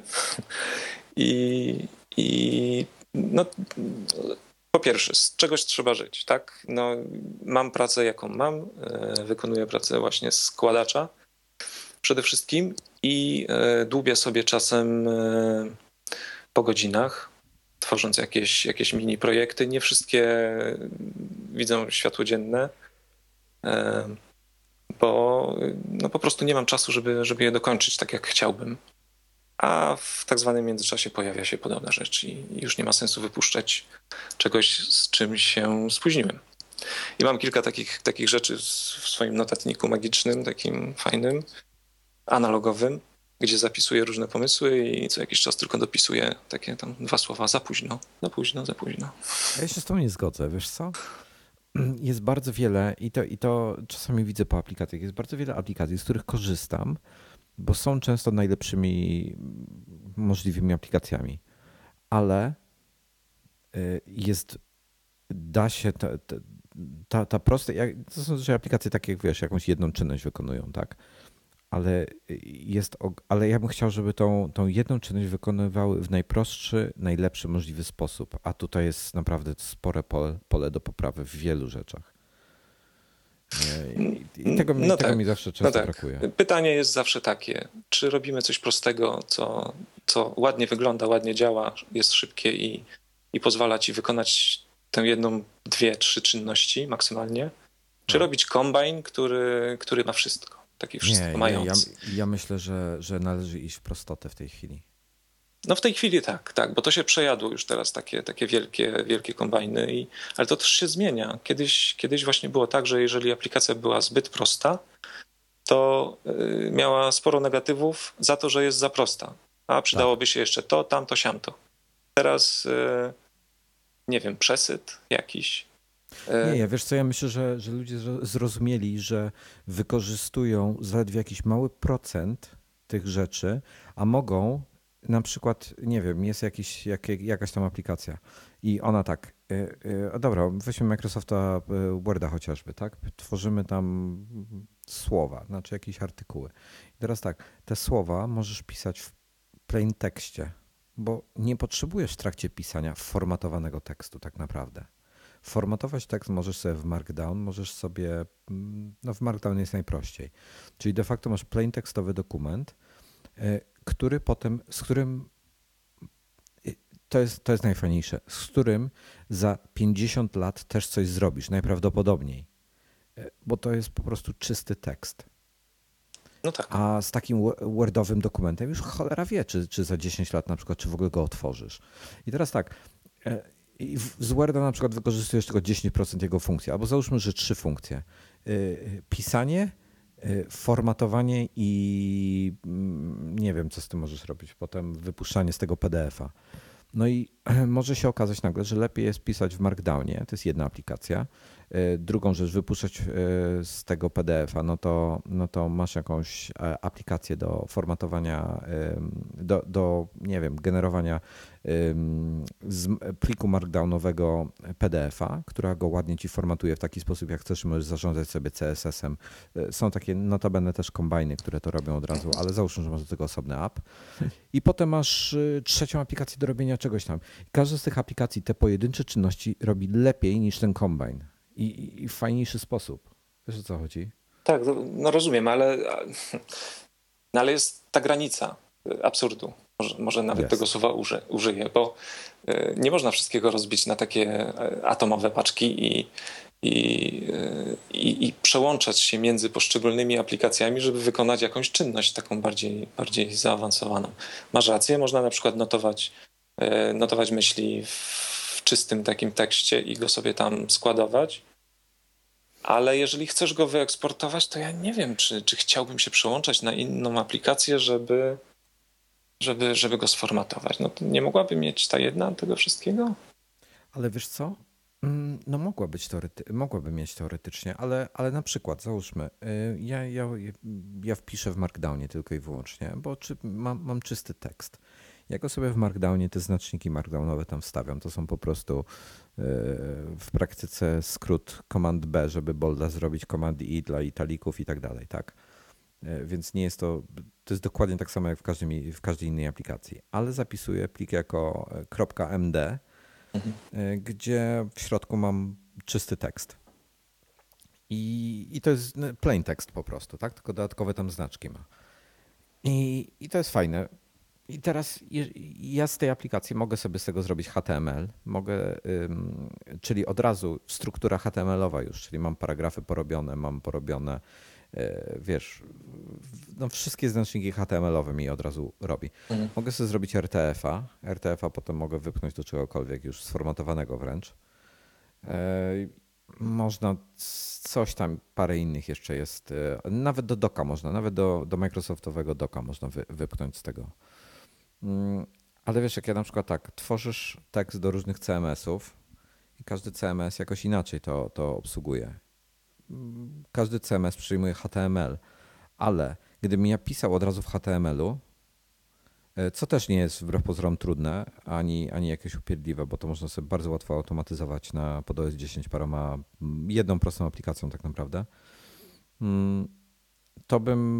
i no po pierwsze, z czegoś trzeba żyć, tak? No, mam pracę jaką mam, wykonuję pracę właśnie składacza przede wszystkim i dłubię sobie czasem po godzinach, tworząc jakieś mini projekty. Nie wszystkie widzą światło dzienne, bo no po prostu nie mam czasu, żeby je dokończyć tak, jak chciałbym. A w tak zwanym międzyczasie pojawia się podobna rzecz i już nie ma sensu wypuszczać czegoś, z czym się spóźniłem. I mam kilka takich rzeczy w swoim notatniku magicznym, takim fajnym, analogowym, gdzie zapisuję różne pomysły i co jakiś czas tylko dopisuję takie tam 2 słowa: za późno. Ja się z tą nie zgodzę, wiesz co? Jest bardzo wiele i to czasami widzę po aplikacjach, jest bardzo wiele aplikacji, z których korzystam, bo są często najlepszymi możliwymi aplikacjami, ale da się ta prosta, to są też aplikacje takie, jak wiesz, jakąś jedną czynność wykonują, tak? Ale ja bym chciał, żeby tą jedną czynność wykonywały w najprostszy, najlepszy możliwy sposób, a tutaj jest naprawdę spore pole do poprawy w wielu rzeczach. I tego, No tego tak, mi zawsze no często tak. brakuje. Pytanie jest zawsze takie, czy robimy coś prostego, co ładnie wygląda, ładnie działa, jest szybkie i pozwala ci wykonać tę jedną, dwie, trzy czynności maksymalnie, czy No. robić kombajn, który ma wszystko, taki wszystko Nie, ja, mający. ja myślę, że należy iść w prostotę w tej chwili. No w tej chwili tak, bo to się przejadło już teraz takie wielkie kombajny, ale to też się zmienia. Kiedyś właśnie było tak, że jeżeli aplikacja była zbyt prosta, to miała sporo negatywów za to, że jest za prosta. A Tak. przydałoby się jeszcze to, tamto, siamto. Teraz, nie wiem, przesyt jakiś. Nie, ja wiesz co, ja myślę, że ludzie zrozumieli, że wykorzystują zaledwie jakiś mały procent tych rzeczy, a mogą na przykład, nie wiem, jest jakaś tam aplikacja i ona tak, dobra, weźmy Microsofta Worda chociażby, tak? Tworzymy tam słowa, znaczy jakieś artykuły. I teraz tak, te słowa możesz pisać w plain tekście, bo nie potrzebujesz w trakcie pisania formatowanego tekstu tak naprawdę. Formatować tekst możesz sobie w Markdown, możesz sobie, no w Markdown jest najprościej. Czyli de facto masz plain tekstowy dokument, który potem, z którym, to jest najfajniejsze, z którym za 50 lat też coś zrobisz, najprawdopodobniej, bo to jest po prostu czysty tekst. No tak. A z takim Wordowym dokumentem już cholera wie, czy za 10 lat na przykład, czy w ogóle go otworzysz. I teraz tak, i z Worda na przykład wykorzystujesz tylko 10% jego funkcji, albo załóżmy, że 3 funkcje. Pisanie, formatowanie i nie wiem, co z tym możesz robić. Potem wypuszczanie z tego PDF-a. No i może się okazać nagle, że lepiej jest pisać w Markdownie, to jest jedna aplikacja. Drugą rzecz, wypuszczać z tego PDF-a, no to masz jakąś aplikację do formatowania, do nie wiem, generowania z pliku markdownowego PDF-a, która go ładnie ci formatuje w taki sposób, jak chcesz, możesz zarządzać sobie CSS-em. Są takie notabene też kombajny, które to robią od razu, ale załóżmy, że masz do tego osobny app. I potem masz trzecią aplikację do robienia czegoś tam. Każda z tych aplikacji te pojedyncze czynności robi lepiej niż ten kombajn i w fajniejszy sposób. Wiesz, o co chodzi? Tak, no rozumiem, ale jest ta granica absurdu. Może nawet tego Jest. słowa użyję, bo nie można wszystkiego rozbić na takie atomowe paczki i przełączać się między poszczególnymi aplikacjami, żeby wykonać jakąś czynność taką bardziej zaawansowaną. Masz rację, można na przykład notować myśli w czystym takim tekście i go sobie tam składować, ale jeżeli chcesz go wyeksportować, to ja nie wiem, czy chciałbym się przełączać na inną aplikację, żeby go sformatować. No to nie mogłaby mieć ta jedna tego wszystkiego? Ale wiesz co? No mogłaby mieć teoretycznie, ale na przykład załóżmy, ja wpiszę w Markdownie tylko i wyłącznie, bo mam czysty tekst. Ja go sobie w Markdownie, te znaczniki markdownowe tam wstawiam. To są po prostu w praktyce skrót Command B, żeby bolda zrobić, Command I dla italików i tak dalej, tak? Więc nie jest to jest dokładnie tak samo jak w każdej innej aplikacji, ale zapisuję plik jako .md, gdzie w środku mam czysty tekst. I to jest plain tekst po prostu, tak? Tylko dodatkowe tam znaczki ma. I to jest fajne. I teraz ja z tej aplikacji mogę sobie z tego zrobić HTML, czyli od razu struktura HTML-owa już, czyli mam paragrafy porobione, mam porobione, wiesz, no wszystkie znaczniki HTML-owe mi od razu robi. Mogę sobie zrobić RTF-a potem mogę wypchnąć do czegokolwiek już sformatowanego wręcz. Można coś tam, parę innych jeszcze jest, nawet do doka można, nawet do Microsoftowego doka można wypchnąć z tego. Ale wiesz, jak ja na przykład tak, tworzysz tekst do różnych CMS-ów i każdy CMS jakoś inaczej to obsługuje. Każdy CMS przyjmuje HTML, ale gdybym ja pisał od razu w HTML-u, co też nie jest wbrew pozorom trudne, ani jakieś upierdliwe, bo to można sobie bardzo łatwo automatyzować pod OS 10 jedną prostą aplikacją tak naprawdę, to bym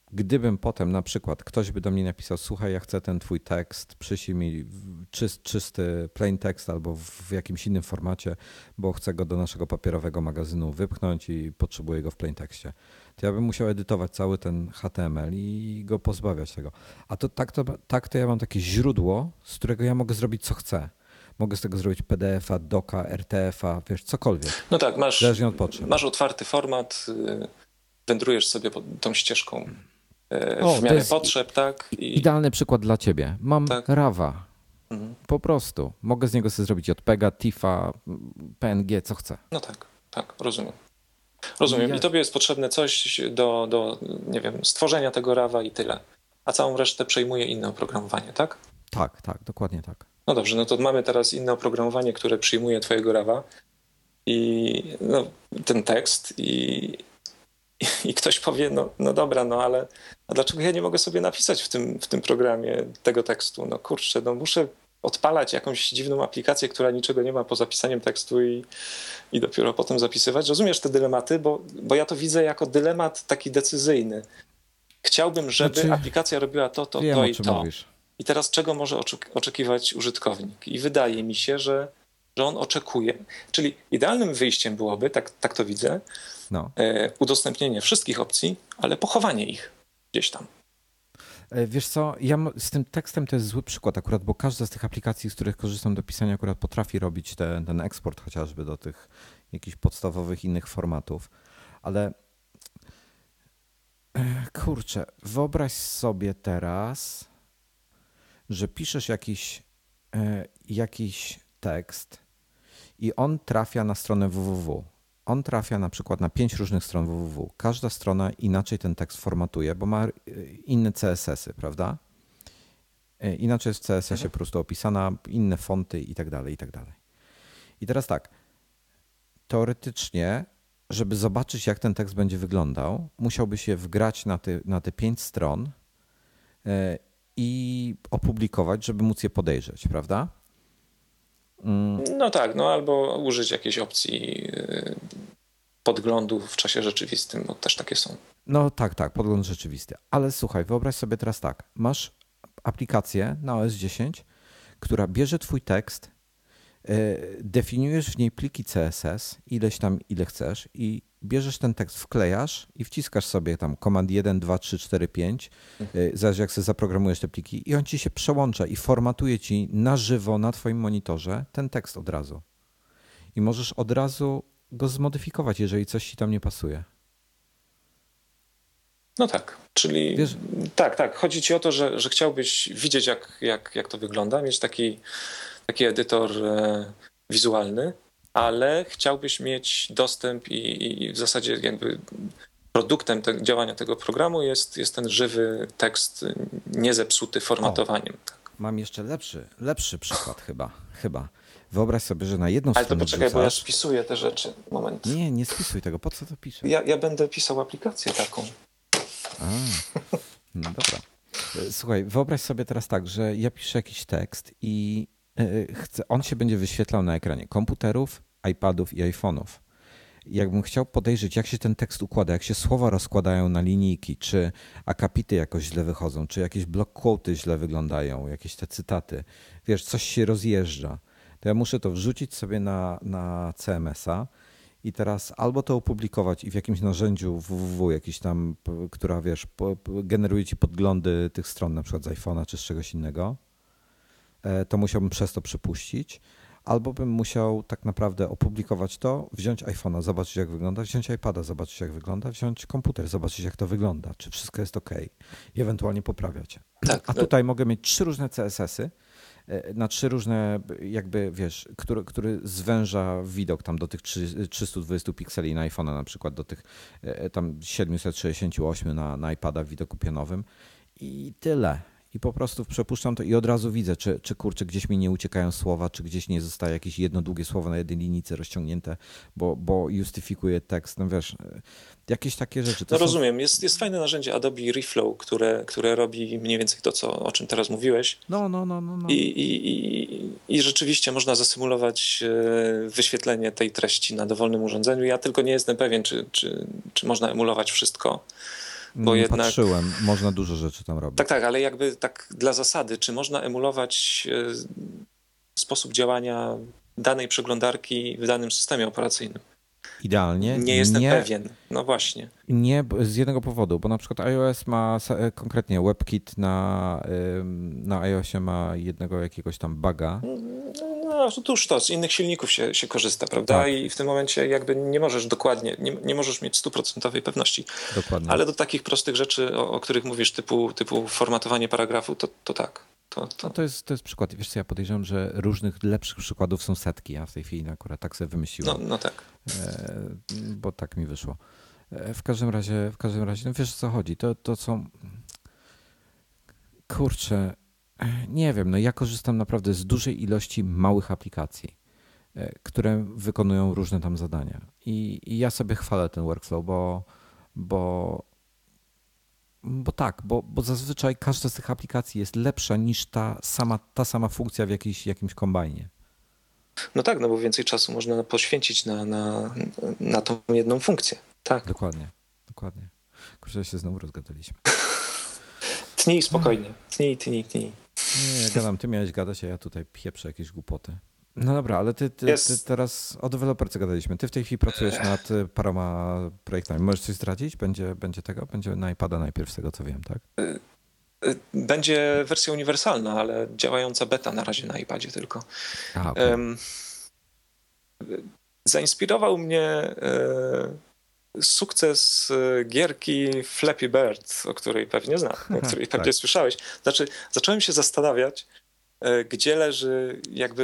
gdybym potem na przykład ktoś by do mnie napisał, słuchaj, ja chcę ten twój tekst, przyślij mi czysty plain text albo w jakimś innym formacie, bo chcę go do naszego papierowego magazynu wypchnąć i potrzebuję go w plain tekście. To ja bym musiał edytować cały ten HTML i go pozbawiać tego. A to tak to ja mam takie źródło, z którego ja mogę zrobić co chcę. Mogę z tego zrobić PDF-a, doka, RTF-a, wiesz, cokolwiek. No tak, Zależnie od potrzeb. masz otwarty format, wędrujesz sobie tą ścieżką O, w to miarę jest potrzeb, tak? idealny przykład dla ciebie. Mam Tak. Rawa. Mhm. Po prostu. Mogę z niego sobie zrobić JPEGa, TIFFa, PNG, co chcę. No tak, rozumiem. Rozumiem. I tobie jest potrzebne coś do, nie wiem, stworzenia tego rawa i tyle. A całą resztę przejmuje inne oprogramowanie, tak? Tak, dokładnie tak. No dobrze, no to mamy teraz inne oprogramowanie, które przyjmuje twojego rawa i no, ten tekst i ktoś powie, no dobra, no ale a dlaczego ja nie mogę sobie napisać w tym programie tego tekstu? No kurczę, no muszę odpalać jakąś dziwną aplikację, która niczego nie ma poza pisaniem tekstu i dopiero potem zapisywać. Rozumiesz te dylematy? Bo ja to widzę jako dylemat taki decyzyjny. Chciałbym, żeby aplikacja robiła to wiem, i o czym to. mówisz. I teraz czego może oczekiwać użytkownik? I wydaje mi się, że on oczekuje. Czyli idealnym wyjściem byłoby, tak to widzę, udostępnienie wszystkich opcji, ale pochowanie ich gdzieś tam. Wiesz co, z tym tekstem to jest zły przykład akurat, bo każda z tych aplikacji, z których korzystam do pisania, akurat potrafi robić ten eksport chociażby do tych jakichś podstawowych innych formatów. Ale kurczę, wyobraź sobie teraz, że piszesz jakiś tekst i on trafia na stronę www. On trafia na przykład na 5 różnych stron www. Każda strona inaczej ten tekst formatuje, bo ma inne CSS-y, prawda? Inaczej jest w CSS-ie po prostu opisana, inne fonty i tak dalej, i tak dalej. I teraz tak, teoretycznie, żeby zobaczyć, jak ten tekst będzie wyglądał, musiałby się wgrać na te 5 stron i opublikować, żeby móc je podejrzeć, prawda? No tak, no albo użyć jakiejś opcji podglądu w czasie rzeczywistym, bo też takie są. No tak, podgląd rzeczywisty. Ale słuchaj, wyobraź sobie teraz tak. Masz aplikację na OS 10, która bierze twój tekst, definiujesz w niej pliki CSS, ileś tam, ile chcesz i bierzesz ten tekst, wklejasz i wciskasz sobie tam command 1, 2, 3, 4, 5, zależy jak sobie zaprogramujesz te pliki i on ci się przełącza i formatuje ci na żywo na twoim monitorze ten tekst od razu. I możesz od razu go zmodyfikować, jeżeli coś ci tam nie pasuje. No tak, czyli wiesz, tak. Chodzi ci o to, że chciałbyś widzieć, jak to wygląda, mieć taki edytor wizualny, ale chciałbyś mieć dostęp i w zasadzie jakby produktem działania tego programu jest ten żywy tekst, niezepsuty formatowaniem. Tak. Mam jeszcze lepszy przykład chyba. Wyobraź sobie, że na jedną stronę Ale to poczekaj, bo ja spisuję te rzeczy. Moment. Nie spisuj tego. Po co to piszesz? Ja będę pisał aplikację taką. No dobra. Słuchaj, wyobraź sobie teraz tak, że ja piszę jakiś tekst i on się będzie wyświetlał na ekranie komputerów, iPadów i iPhone'ów. Jakbym chciał podejrzeć, jak się ten tekst układa, jak się słowa rozkładają na linijki, czy akapity jakoś źle wychodzą, czy jakieś block quote'y źle wyglądają, jakieś te cytaty, wiesz, coś się rozjeżdża, to ja muszę to wrzucić sobie na CMS-a i teraz albo to opublikować i w jakimś narzędziu www, jakiś tam, która wiesz, generuje ci podglądy tych stron, na przykład z iPhone'a czy z czegoś innego, to musiałbym przez to przepuścić, albo bym musiał tak naprawdę opublikować to, wziąć iPhone'a, zobaczyć jak wygląda, wziąć iPada, zobaczyć jak wygląda, wziąć komputer, zobaczyć jak to wygląda, czy wszystko jest ok i ewentualnie poprawiać. Tak, a tutaj mogę mieć 3 różne CSS-y, na 3 różne jakby, wiesz, który zwęża widok tam do tych 320 pikseli na iPhone'a na przykład, do tych tam 768 na iPada w widoku pionowym i tyle. I po prostu przepuszczam to i od razu widzę, czy kurczę gdzieś mi nie uciekają słowa, czy gdzieś nie zostaje jakieś jedno długie słowo na jednej linijce rozciągnięte, bo justyfikuje tekst, no wiesz, jakieś takie rzeczy. No rozumiem, jest fajne narzędzie Adobe Reflow, które robi mniej więcej to, o czym teraz mówiłeś. No. I rzeczywiście można zasymulować wyświetlenie tej treści na dowolnym urządzeniu. Ja tylko nie jestem pewien, czy można emulować wszystko. bo jednak... Patrzyłem, można dużo rzeczy tam robić. Tak, ale jakby tak dla zasady, czy można emulować sposób działania danej przeglądarki w danym systemie operacyjnym? Idealnie. Nie jestem pewien. No właśnie. Nie, z jednego powodu, bo na przykład iOS ma konkretnie WebKit na iOSie ma jednego jakiegoś tam buga. No tuż to, z innych silników się korzysta, prawda? Tak. I w tym momencie jakby nie możesz dokładnie, nie możesz mieć 100% pewności. Dokładnie. Ale do takich prostych rzeczy, o których mówisz, typu formatowanie paragrafu, to tak. No to jest przykład. Wiesz co, ja podejrzewam, że różnych lepszych przykładów są setki. Ja w tej chwili akurat tak sobie wymyśliłem. No tak. Bo tak mi wyszło. W każdym razie, no wiesz o co chodzi. To są... Kurczę, nie wiem, no ja korzystam naprawdę z dużej ilości małych aplikacji, które wykonują różne tam zadania. I ja sobie chwalę ten workflow, bo bo zazwyczaj każda z tych aplikacji jest lepsza niż ta sama funkcja w jakimś kombajnie. No tak, no bo więcej czasu można poświęcić na tą jedną funkcję. Tak. Dokładnie. Kurczę, się znowu rozgadaliśmy. Tnij spokojnie. Tnij. Nie, ja gadam, ty miałeś gadać, a ja tutaj pieprzę jakieś głupoty. No dobra, ale ty teraz o deweloperce gadaliśmy. Ty w tej chwili pracujesz nad paroma projektami. Możesz coś zdradzić? Będzie na iPada najpierw, z tego co wiem, tak? Będzie wersja uniwersalna, ale działająca beta na razie na iPadzie tylko. Aha, okay. Zainspirował mnie sukces gierki Flappy Bird, o której pewnie znasz, o której pewnie słyszałeś. Znaczy, zacząłem się zastanawiać, gdzie leży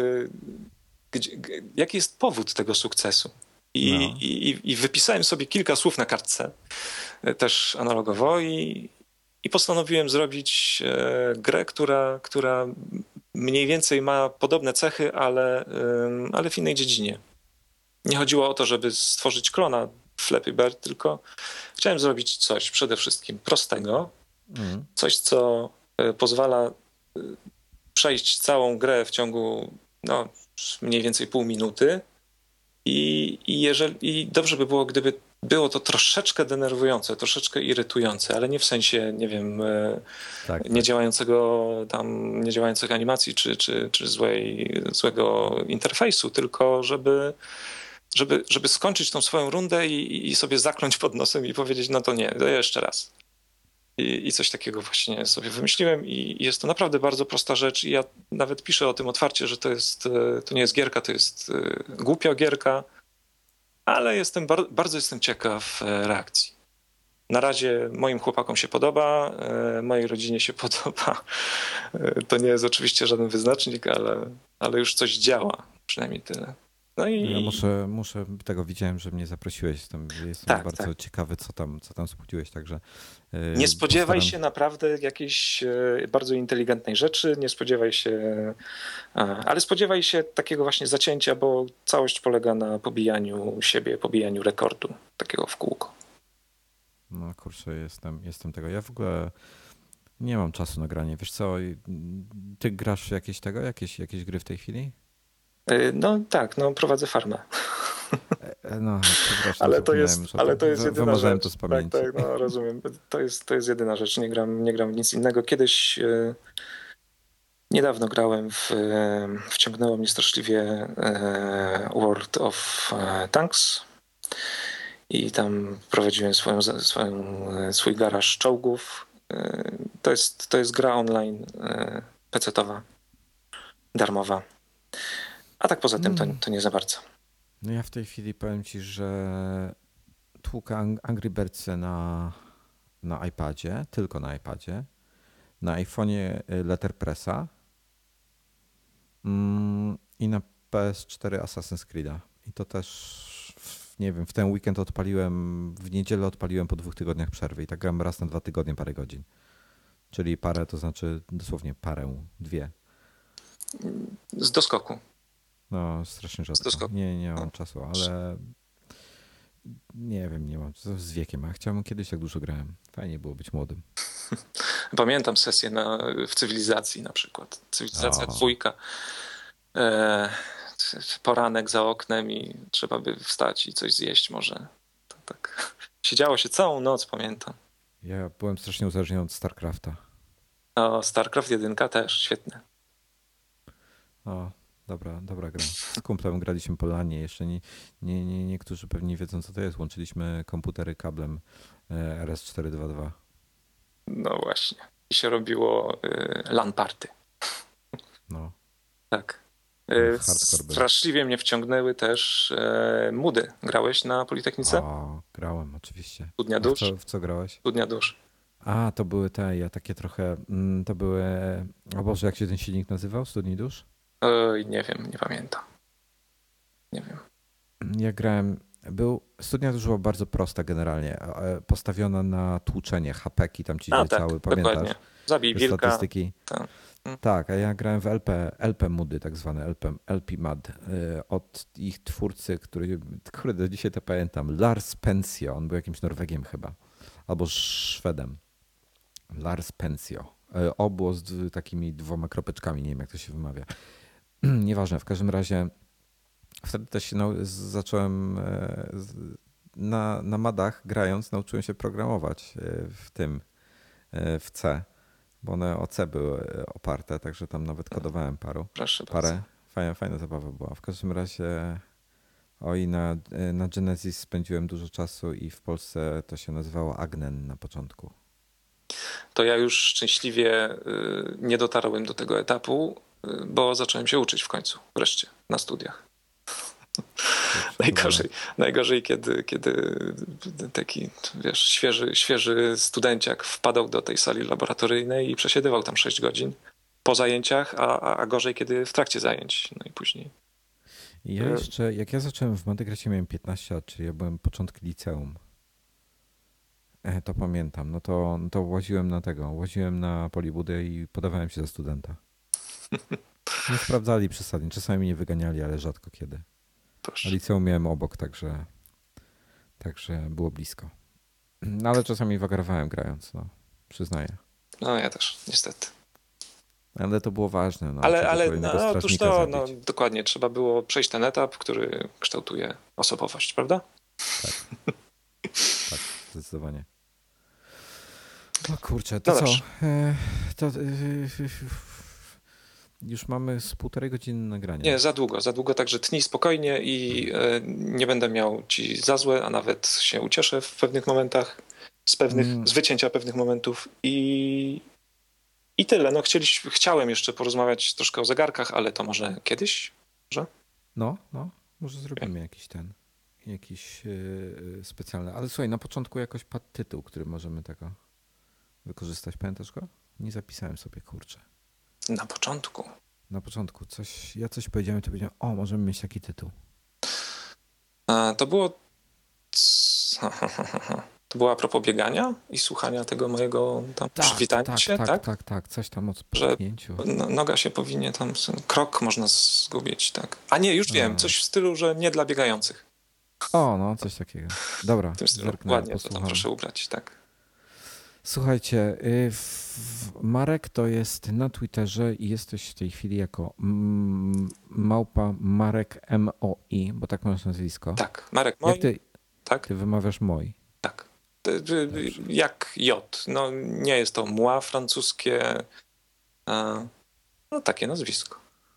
jaki jest powód tego sukcesu. I wypisałem sobie kilka słów na kartce, też analogowo i postanowiłem zrobić grę, która mniej więcej ma podobne cechy, ale w innej dziedzinie. Nie chodziło o to, żeby stworzyć klona Flappy Bird, tylko chciałem zrobić coś przede wszystkim prostego, coś, co pozwala przejść całą grę w ciągu mniej więcej pół minuty i dobrze by było, gdyby było to troszeczkę denerwujące, troszeczkę irytujące, ale nie w sensie, nie wiem, niedziałających animacji czy złego interfejsu, tylko żeby skończyć tą swoją rundę i sobie zakląć pod nosem i powiedzieć, no to nie, to jeszcze raz. I coś takiego właśnie sobie wymyśliłem i jest to naprawdę bardzo prosta rzecz i ja nawet piszę o tym otwarcie, że to nie jest gierka, to jest głupia gierka, ale bardzo jestem ciekaw reakcji. Na razie moim chłopakom się podoba, mojej rodzinie się podoba. To nie jest oczywiście żaden wyznacznik, ale już coś działa, przynajmniej tyle. No i... Ja muszę, tego widziałem, że mnie zaprosiłeś, jestem bardzo ciekawy, co tam spłuciłeś, także nie spodziewaj się naprawdę jakiejś bardzo inteligentnej rzeczy, nie spodziewaj się, ale spodziewaj się takiego właśnie zacięcia, bo całość polega na pobijaniu siebie, pobijaniu rekordu, takiego w kółko. No kurczę, jestem tego. Ja w ogóle nie mam czasu na granie. Wiesz co, ty grasz jakieś gry w tej chwili? No tak, prowadzę farmę. No, przepraszam. Ale to jest jedyna rzecz. To z pamięci. Tak, rozumiem. To jest jedyna rzecz. Nie gram w nic innego. Kiedyś niedawno grałem wciągnęło mnie straszliwie World of Tanks i tam prowadziłem swój garaż czołgów. To jest gra online PC-towa, darmowa. A tak poza tym to nie za bardzo. No ja w tej chwili powiem ci, że tłukę Angry Birdsy na iPadzie, tylko na iPadzie, na iPhone'ie Letterpressa i na PS4 Assassin's Creed'a. I to też, nie wiem, w ten weekend w niedzielę odpaliłem po 2 tygodniach przerwy i tak gram raz na 2 tygodnie parę godzin. Czyli parę, to znaczy dosłownie dwie. Z doskoku. No, strasznie rzadko. Nie mam czasu, ale nie wiem, nie mam. Z wiekiem, a chciałbym kiedyś tak dużo grałem. Fajnie było być młodym. Pamiętam sesję w Cywilizacji na przykład. Cywilizacja 2. Poranek za oknem i trzeba by wstać i coś zjeść może. To tak. Siedziało się całą noc, pamiętam. Ja byłem strasznie uzależniony od StarCrafta. O, StarCraft 1 też, świetny. O, dobra gra. Z kumplem graliśmy po LANie. Jeszcze niektórzy pewnie nie wiedzą, co to jest. Łączyliśmy komputery kablem RS422. No właśnie. I się robiło LAN party. No, Tak. hardcore był. Straszliwie mnie wciągnęły też Mudy. Grałeś na Politechnice? O, grałem oczywiście. Studnia A w Dusz? co, w co grałeś? Studnia Dusz. A, to były ja takie trochę, to były, o Boże, jak się ten silnik nazywał? Studni Dusz? Oj, nie wiem, nie pamiętam. Nie wiem. Ja grałem, Studnia Dusz była bardzo prosta generalnie, postawiona na tłuczenie, hapeki tam ci A leciały, tak, pamiętasz? dokładnie. Zabij Te wilka. statystyki. Tak. Tak, a ja grałem w LP Mudy, tak zwane LP Mad, od ich twórcy, który, kurde, do dzisiaj to pamiętam, Lars Pensio, on był jakimś Norwegiem chyba, albo Szwedem. Lars Pensio. Obło z takimi dwoma kropeczkami, nie wiem jak to się wymawia. Nieważne, w każdym razie wtedy też się zacząłem na madach grając, nauczyłem się programować w C, bo one o C były oparte, także tam nawet kodowałem Proszę bardzo. parę. Fajna zabawa była. W każdym razie na Genesis spędziłem dużo czasu i w Polsce to się nazywało Agnen na początku. To ja już szczęśliwie nie dotarłem do tego etapu, bo zacząłem się uczyć w końcu, wreszcie, na studiach. Najgorzej kiedy taki, wiesz, świeży studenciak wpadał do tej sali laboratoryjnej i przesiedywał tam 6 godzin po zajęciach, a gorzej, kiedy w trakcie zajęć, no i później. Ja jeszcze, jak ja zacząłem w Monte Grecie, miałem 15 lat, czyli ja byłem początki liceum. To pamiętam. No to łaziłem na polibudę i podawałem się za studenta. Nie sprawdzali przesadnie, czasami mnie wyganiali, ale rzadko kiedy. Proszę. A liceum miałem obok, także było blisko. No ale czasami wagarowałem grając, no, przyznaję. No ja też, niestety. Ale to było ważne, no, Ale kolejnego no, otóż strażnika to, zabić. no, dokładnie, trzeba było przejść ten etap, który kształtuje osobowość, prawda? Tak, zdecydowanie. No kurczę, No to co? dobrze. Już mamy z 1,5 godziny nagrania. Nie, za długo, także tnij spokojnie i nie będę miał ci za złe, a nawet się ucieszę w pewnych momentach, z wycięcia pewnych momentów i tyle. No chciałem jeszcze porozmawiać troszkę o zegarkach, ale to może kiedyś? Może? No, może zrobimy jakiś specjalny. Ale słuchaj, na początku jakoś padł tytuł, który możemy tego wykorzystać. Pamiętasz go? Nie zapisałem sobie, kurczę. Na początku. Na początku ja coś powiedziałem, to powiedziałem, o, możemy mieć taki tytuł. To było... To było a propos biegania i słuchania tego mojego tam przywitania się, tak? Tak, coś tam o Że potknięciu. noga się powinien tam, krok można zgubić, tak. A nie, już wiem, coś w stylu, że nie dla biegających. O, no, coś takiego. Dobra, W tym stylu, zerknę, ładnie to tam posłucham. proszę ubrać, tak. Słuchajcie, Marek to jest na Twitterze i jesteś w tej chwili jako małpa Marek MOI, bo tak masz nazwisko. Tak, Marek Moj, Jak tak? ty wymawiasz Moj? Tak. Jak J. No nie jest to moi francuskie, no takie nazwisko.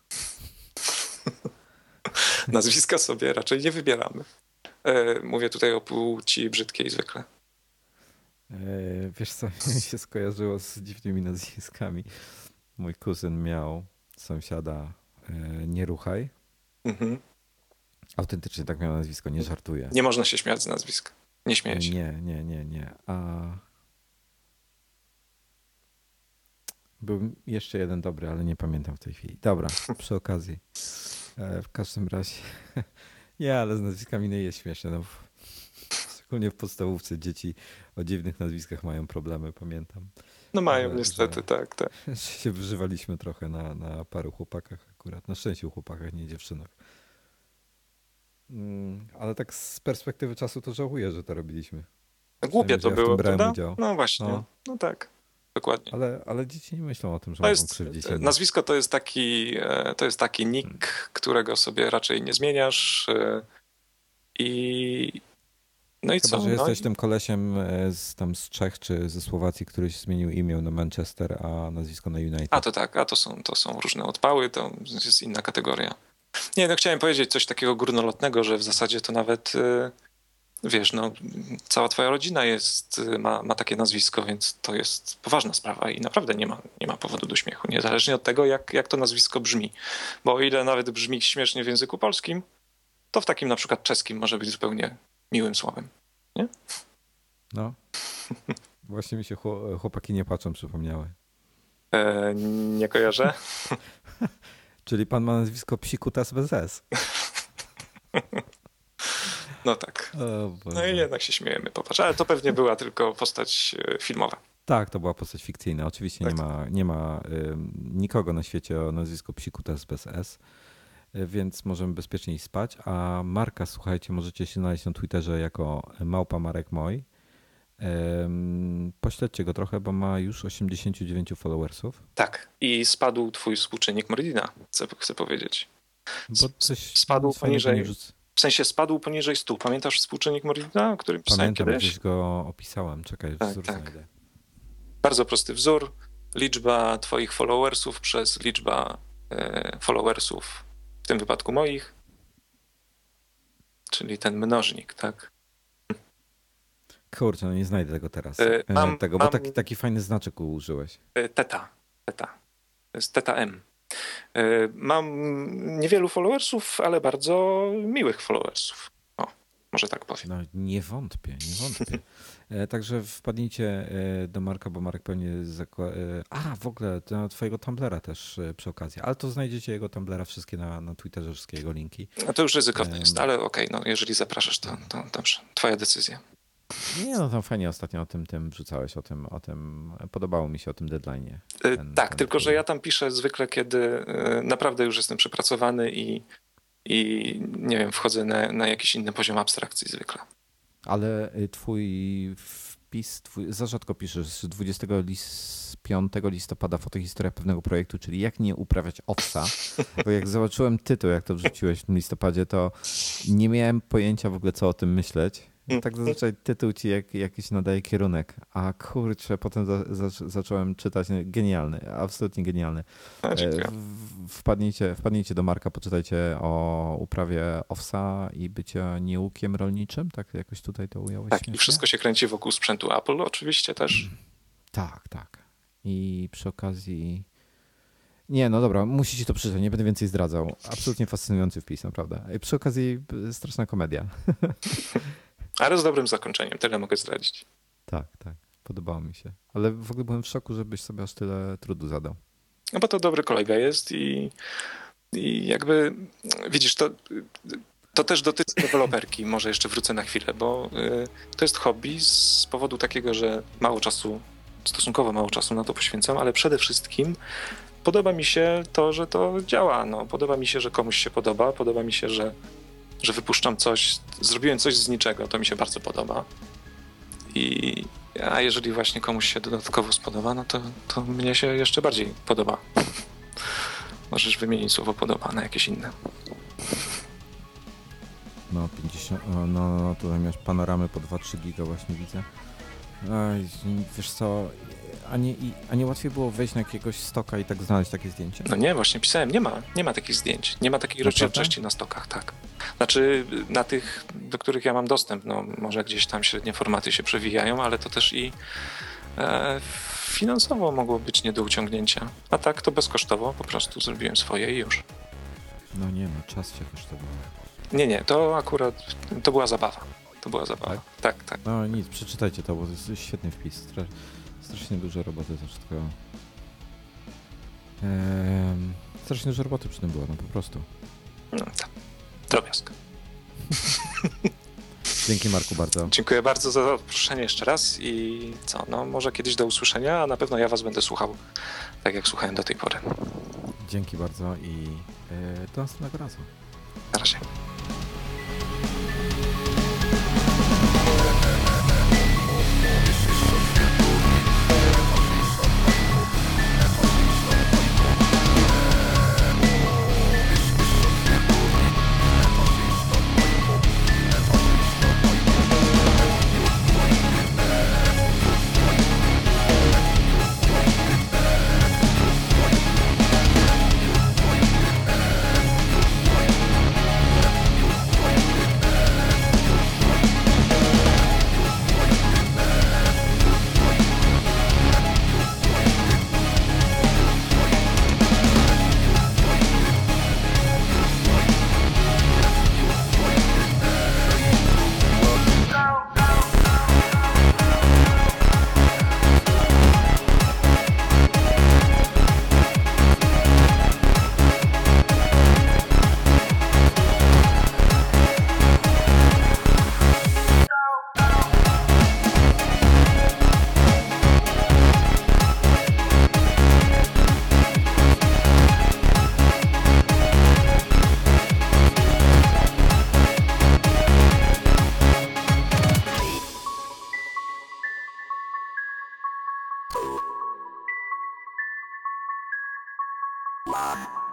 Nazwiska sobie raczej nie wybieramy. Mówię tutaj o płci brzydkiej zwykle. Wiesz co, mi się skojarzyło z dziwnymi nazwiskami. Mój kuzyn miał sąsiada Nieruchaj. Mhm. Autentycznie tak miał nazwisko, nie żartuję. Nie można się śmiać z nazwiska. Nie śmieję się. Nie. Był jeszcze jeden dobry, ale nie pamiętam w tej chwili. Dobra, przy okazji. W każdym razie. Nie, ale z nazwiskami nie jest śmieszne. No, szczególnie w podstawówce dzieci o dziwnych nazwiskach mają problemy, pamiętam. No mają niestety, tak. Że się wyżywaliśmy trochę na paru chłopakach akurat. Na szczęściu chłopakach, nie dziewczynach. Ale tak z perspektywy czasu to żałuję, że to robiliśmy. Głupie to było, prawda? Udział. No właśnie, no tak, dokładnie. Ale dzieci nie myślą o tym, że To mogą jest, krzywdzić innych. nazwisko to jest taki nick, którego sobie raczej nie zmieniasz i No i Chyba, co? że No jesteś i... tym kolesiem z Czech czy ze Słowacji, któryś zmienił imię na Manchester, a nazwisko na A United. to tak, to są różne odpały, to jest inna kategoria. Nie, no chciałem powiedzieć coś takiego górnolotnego, że w zasadzie to nawet, wiesz, no, cała twoja rodzina ma takie nazwisko, więc to jest poważna sprawa i naprawdę nie ma powodu do śmiechu, niezależnie od tego, jak to nazwisko brzmi. Bo o ile nawet brzmi śmiesznie w języku polskim, to w takim na przykład czeskim może być zupełnie miłym słowem. Nie? No, właśnie mi się chłopaki nie patrzą przypomniały. Nie kojarzę. Czyli pan ma nazwisko Psikutas bez S. No tak. O No i jednak się śmiejemy, popatrz. Ale to pewnie była tylko postać filmowa. Tak, to była postać fikcyjna. Oczywiście Tak. nie ma nikogo na świecie o nazwisku Psikutas bez S, więc możemy bezpiecznie spać. A Marka, słuchajcie, możecie się znaleźć na Twitterze jako małpa Marek Moj. Pośledźcie go trochę, bo ma już 89 followersów. Tak. I spadł twój współczynnik Mordina, chcę powiedzieć. Bo coś Spadł nic fajnego poniżej, nie wrzuc- w sensie spadł poniżej 100. Pamiętasz współczynnik Mordina, o którym pisałem Pamiętam, kiedyś? gdzieś go opisałem. Czekaj, Tak, wzór tak. znajdę. Bardzo prosty wzór. Liczba twoich followersów przez liczba followersów, w tym wypadku moich, czyli ten mnożnik, tak? Kurczę, no nie znajdę tego teraz. Mam- Bo taki fajny znaczek użyłeś. Teta. To jest teta M. Mam niewielu followersów, ale bardzo miłych followersów. O, może tak powiem. No nie wątpię. Także wpadnijcie do Marka, bo Marek pewnie w ogóle do twojego Tumblera też przy okazji. Ale to znajdziecie jego Tumblera wszystkie na Twitterze, wszystkie jego linki. No to już ryzykowne jest, ale okej, no jeżeli zapraszasz, to dobrze. Twoja decyzja. Nie, no tam fajnie ostatnio o tym wrzucałeś, o tym podobało mi się o tym deadline'ie. Tak, tylko że ja tam piszę zwykle, kiedy naprawdę już jestem przepracowany i nie wiem, wchodzę na jakiś inny poziom abstrakcji zwykle. Ale twój wpis, za rzadko piszesz, z 25 listopada fotohistoria pewnego projektu, czyli jak nie uprawiać owsa. Bo jak zobaczyłem tytuł, jak to wrzuciłeś w listopadzie, to nie miałem pojęcia w ogóle, co o tym myśleć. I tak zazwyczaj tytuł ci jakiś nadaje kierunek. A kurczę, potem zacząłem czytać. Genialny, absolutnie genialny. Dziękuję. Wpadnijcie do Marka, poczytajcie o uprawie owsa i bycia nieukiem rolniczym. Tak jakoś tutaj to ująłeś Tak, śmiesznie? i wszystko się kręci wokół sprzętu Apple oczywiście też. Tak. I przy okazji... Nie, no dobra, musicie to przeczytać, nie będę więcej zdradzał. Absolutnie fascynujący wpis, naprawdę. I przy okazji straszna komedia. Ale z dobrym zakończeniem, tyle mogę zdradzić. Tak, podobało mi się. Ale w ogóle byłem w szoku, żebyś sobie aż tyle trudu zadał. No bo to dobry kolega jest i jakby widzisz, to też dotyczy deweloperki. Może jeszcze wrócę na chwilę, bo to jest hobby z powodu takiego, że stosunkowo mało czasu na to poświęcam, ale przede wszystkim podoba mi się to, że to działa. No, podoba mi się, że komuś się podoba mi się, że wypuszczam coś, zrobiłem coś z niczego, to mi się bardzo podoba. A jeżeli właśnie komuś się dodatkowo spodoba, no to mnie się jeszcze bardziej podoba. Możesz wymienić słowo podoba na jakieś inne. No 50, no tutaj miałeś panoramy po 2-3 giga właśnie widzę. Wiesz co, a nie łatwiej było wejść na jakiegoś stoka i tak znaleźć takie zdjęcie? No nie, właśnie pisałem, nie ma takich zdjęć, nie ma takiej rozdzielczości na stokach, tak. Znaczy na tych, do których ja mam dostęp, no może gdzieś tam średnie formaty się przewijają, ale to też i finansowo mogło być nie do uciągnięcia. A tak to bezkosztowo, po prostu zrobiłem swoje i już. No nie, no czas się kosztował. Nie, to akurat, to była zabawa. Tak. No nic, przeczytajcie to, bo to jest świetny wpis. Strasznie dużo roboty też tylko... strasznie dużo roboty przy tym było, no po prostu. No tak, drobiazg. Dzięki Marku bardzo. Dziękuję bardzo za zaproszenie jeszcze raz i co, no może kiedyś do usłyszenia, a na pewno ja was będę słuchał, tak jak słuchałem do tej pory. Dzięki bardzo i do następnego razu. Na razie. Wow.